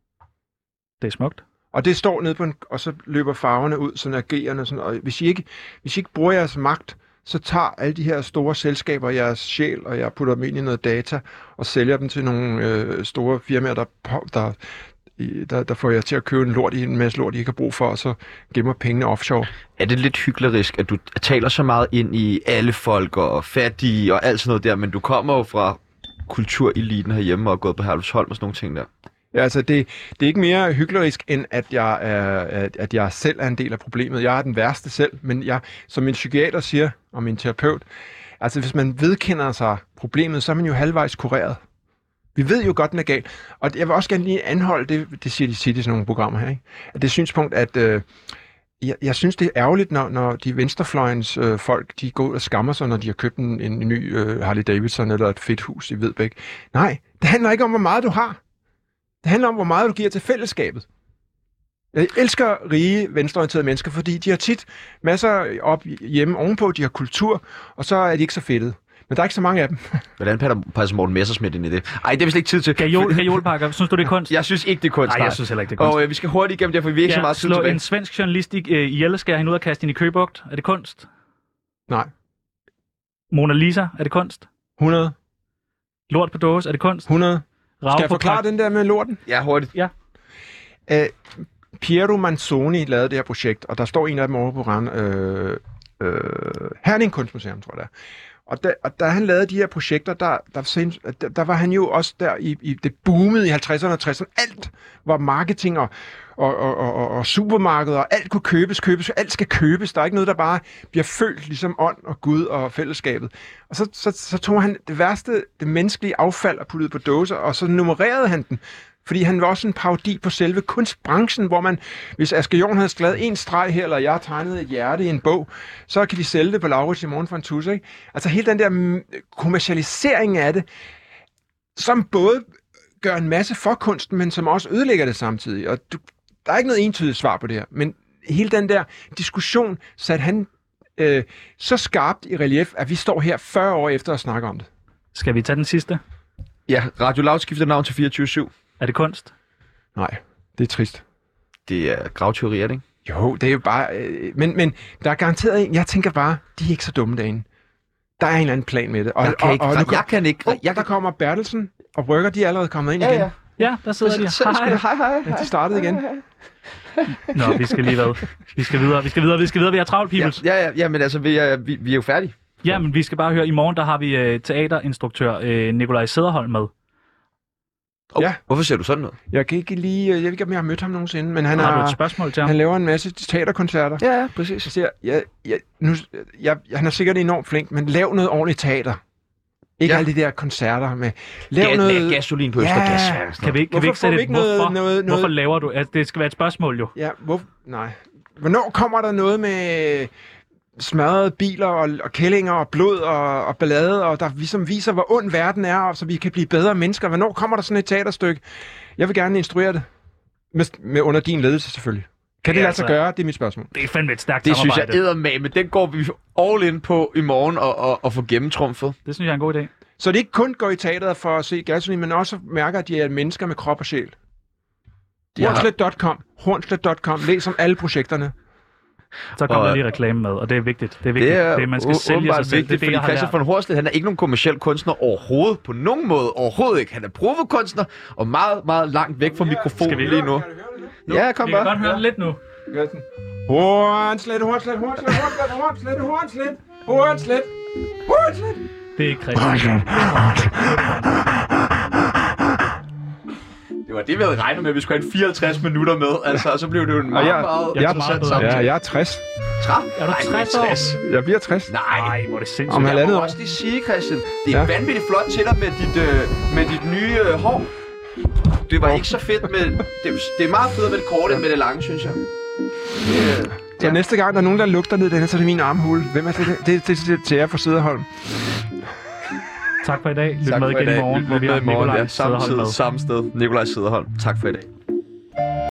Det er smukt. Og det står nede på en, og så løber farverne ud, sådan agerende. Sådan, og hvis I, ikke, hvis I ikke bruger jeres magt, så tager alle de her store selskaber jeres sjæl, og jeg putter dem ind i noget data, og sælger dem til nogle øh, store firmaer, der, der, der, der får jer til at købe en lort i en masse lort, I ikke har brug for, og så gemmer pengene offshore. Er det lidt hyklerisk, at du taler så meget ind i alle folk og fattige og alt sådan noget der, men du kommer jo fra kultureliten herhjemme og er gået på Herlufsholm og sådan nogle ting der? Ja, altså det, det er ikke mere hyklerisk, end at jeg, er, at, at jeg selv er en del af problemet. Jeg er den værste selv, men jeg, som min psykiater siger, og min terapeut, altså hvis man vedkender sig problemet, så er man jo halvvejs kureret. Vi ved jo godt, den er galt. Og jeg vil også gerne lige anholde, det, det siger de siger i sådan nogle programmer her, ikke? At det synspunkt, at øh, jeg, jeg synes, det er ærgerligt, når, når de venstrefløjens øh, folk, de går ud og skammer sig, når de har købt en, en ny øh, Harley Davidson eller et fedt hus i Vedbæk. Nej, det handler ikke om, hvor meget du har. Det handler om, hvor meget du giver til fællesskabet. Jeg elsker rige, venstreorienterede mennesker, fordi de har tit masser op hjemme ovenpå, de har kultur, og så er de ikke så fedtede. Men der er ikke så mange af dem. Hvordan passer Morten Messerschmidt ind i det? Ej, det er vist ikke tid til. Gajol, Gajolpakker, synes du, det er kunst? Jeg synes ikke, det er kunst. Nej, jeg synes heller ikke, det er kunst. Og øh, vi skal hurtigt igennem det, for vi er ikke ja, så meget tid slå tilbage. En svensk journalist i øh, ihjel, skærer hende ud af kaste hende i Køgebugt. Er det kunst? Nej. Mona Lisa, er det kunst? hundrede. Lort på dåse, er det kunst? hundrede. Rav Skal jeg på forklare prak- den der med lorten? Ja, hurtigt. Ja. Æh, Piero Manzoni lavede det her projekt, og der står en af dem over på Rand, øh, øh, Herning Kunstmuseum, tror jeg det er. Og da, og da han lavede de her projekter, der, der, der, der var han jo også der i, i det boomede i halvtredserne og tresserne. Alt var marketing og, og, og, og, og supermarkeder, og alt kunne købes, købes, alt skal købes. Der er ikke noget, der bare bliver følt ligesom ånd og Gud og fællesskabet. Og så, så, så tog han det værste, det menneskelige affald og puttede på dåser, og så nummererede han den. Fordi han var også en parodi på selve kunstbranchen, hvor man, hvis Asger Jorn havde skrevet en streg her, eller jeg har tegnet et hjerte i en bog, så kan vi sælge det på Laurits i morgen for en tusse, ikke? Altså hele den der kommercialisering af det, som både gør en masse for kunsten, men som også ødelægger det samtidig. Og du, der er ikke noget entydigt svar på det her, men hele den der diskussion satte han øh, så skarpt i relief, at vi står her fyrre år efter at snakke om det. Skal vi tage den sidste? Ja, Radio Loud skifter navn til fireogtyve syv. Er det kunst? Nej, det er trist. Det er gravteori, er det ikke? Jo, det er jo bare... Øh, men, men der er garanteret en... Jeg tænker bare, de er ikke så dumme derinde. Der er en eller anden plan med det. Og, Jeg kan og, ikke- og, og jeg kom, kan ikke- Oh, jeg der kan- kommer Bertelsen og Brygger, de er allerede kommet ind igen. Ja, der sidder de. Hej. Hej, hej. Ja, de startede igen. Nå, vi skal lige hvad? Vi skal videre, vi skal videre, vi skal videre. Vi har travlt, Ja, peoples. ja, ja, ja, men altså, vi er, vi, vi er jo færdige. Ja, men vi skal bare høre, i morgen der har vi øh, teaterinstruktør øh, Nikolaj Sederholm med. Oh, Ja. Hvorfor ser du sådan noget? Jeg kan ikke lige... Jeg ved ikke, om jeg har mødt ham nogensinde, men han, Har du er, et spørgsmål til ham? han laver en masse teaterkoncerter. Ja, ja, præcis. Så siger jeg, jeg, nu, jeg, han er sikkert enormt flink, men lav noget ordentligt teater. Ikke Ja. ja. alle de der koncerter med... Lav Ga- noget... med gasolin på Ja. Østergasværk. Kan vi ikke, kan Hvorfor vi ikke får vi sætte et, ikke noget- hvorfor, noget- hvorfor noget- laver du... Altså, det skal være et spørgsmål jo. Ja, hvor... Nej. Hvornår kommer der noget med smadrede biler og, og kællinger og blod og, og ballade, og der ligesom viser, hvor ond verden er, og så vi kan blive bedre mennesker? Hvornår kommer der sådan et teaterstykke? Jeg vil gerne instruere det. Med, med under din ledelse, selvfølgelig. Kan det Ja, lade sig altså- gøre? Det er mit spørgsmål. Det er fandme et stærkt Det synes jeg samarbejde. eddermame, men den går vi all in på i morgen og, og, og få gennemtrumfet. Det synes jeg er en god idé. Så det ikke kun går i teateret for at se gasolin, men også mærker, at de er mennesker med krop og sjæl. De har- Hornslet punktum com. Hornslet punktum com. Læs om alle projekterne. Så kommer Og- der lige reklame med, og det er vigtigt. Det er vigtigt. Det er, det er man skal å- sælge åbenbart sig selv. vigtigt, Det er det, fordi jeg har Christian lært. von Horsleth, han er ikke nogen kommerciel kunstner overhovedet, på nogen måde overhovedet ikke. Han er provokunstner, og meget, meget langt væk fra mikrofonen vi- lige nu. Ja, kom Vi kan bare. godt høre det lidt nu. Hornslet, Hornslet, Hornslet, Hornslet, Hornslet, Hornslet, Hornslet, Hornslet. Det er ikke Christian. Det var det, vi havde regnet med, at vi skulle have fireoghalvtreds minutter med. Altså, og så blev det jo en meget, jeg- meget jeg er interessant meget samtale. Ja, jeg er tres. tredive? Er du Nej, tres år? tres. Jeg bliver tres. Nej. Nej, hvor er det sindssygt. Om Jeg halvandet må år. også lige sige, Christian, det er Ja. vanvittigt flot til dig med dit, øh, med dit nye øh, hår. Det var ikke så fedt med... Det, det er meget federe med det korte end med det lange, synes jeg. Det, øh, Så ja. næste gang, der er nogen, der lugter ned, den her, så er det min armhule. Hvem er det? Det, det, det, det til jer fra Sederholm. Tak for i dag. Lyt Tak med for i igen i dag. morgen, Lyt hvor vi med har i morgen, Nikolaj ja. Samme Sederholm tid, med. samme sted. Nikolaj Sederholm. Tak for i dag.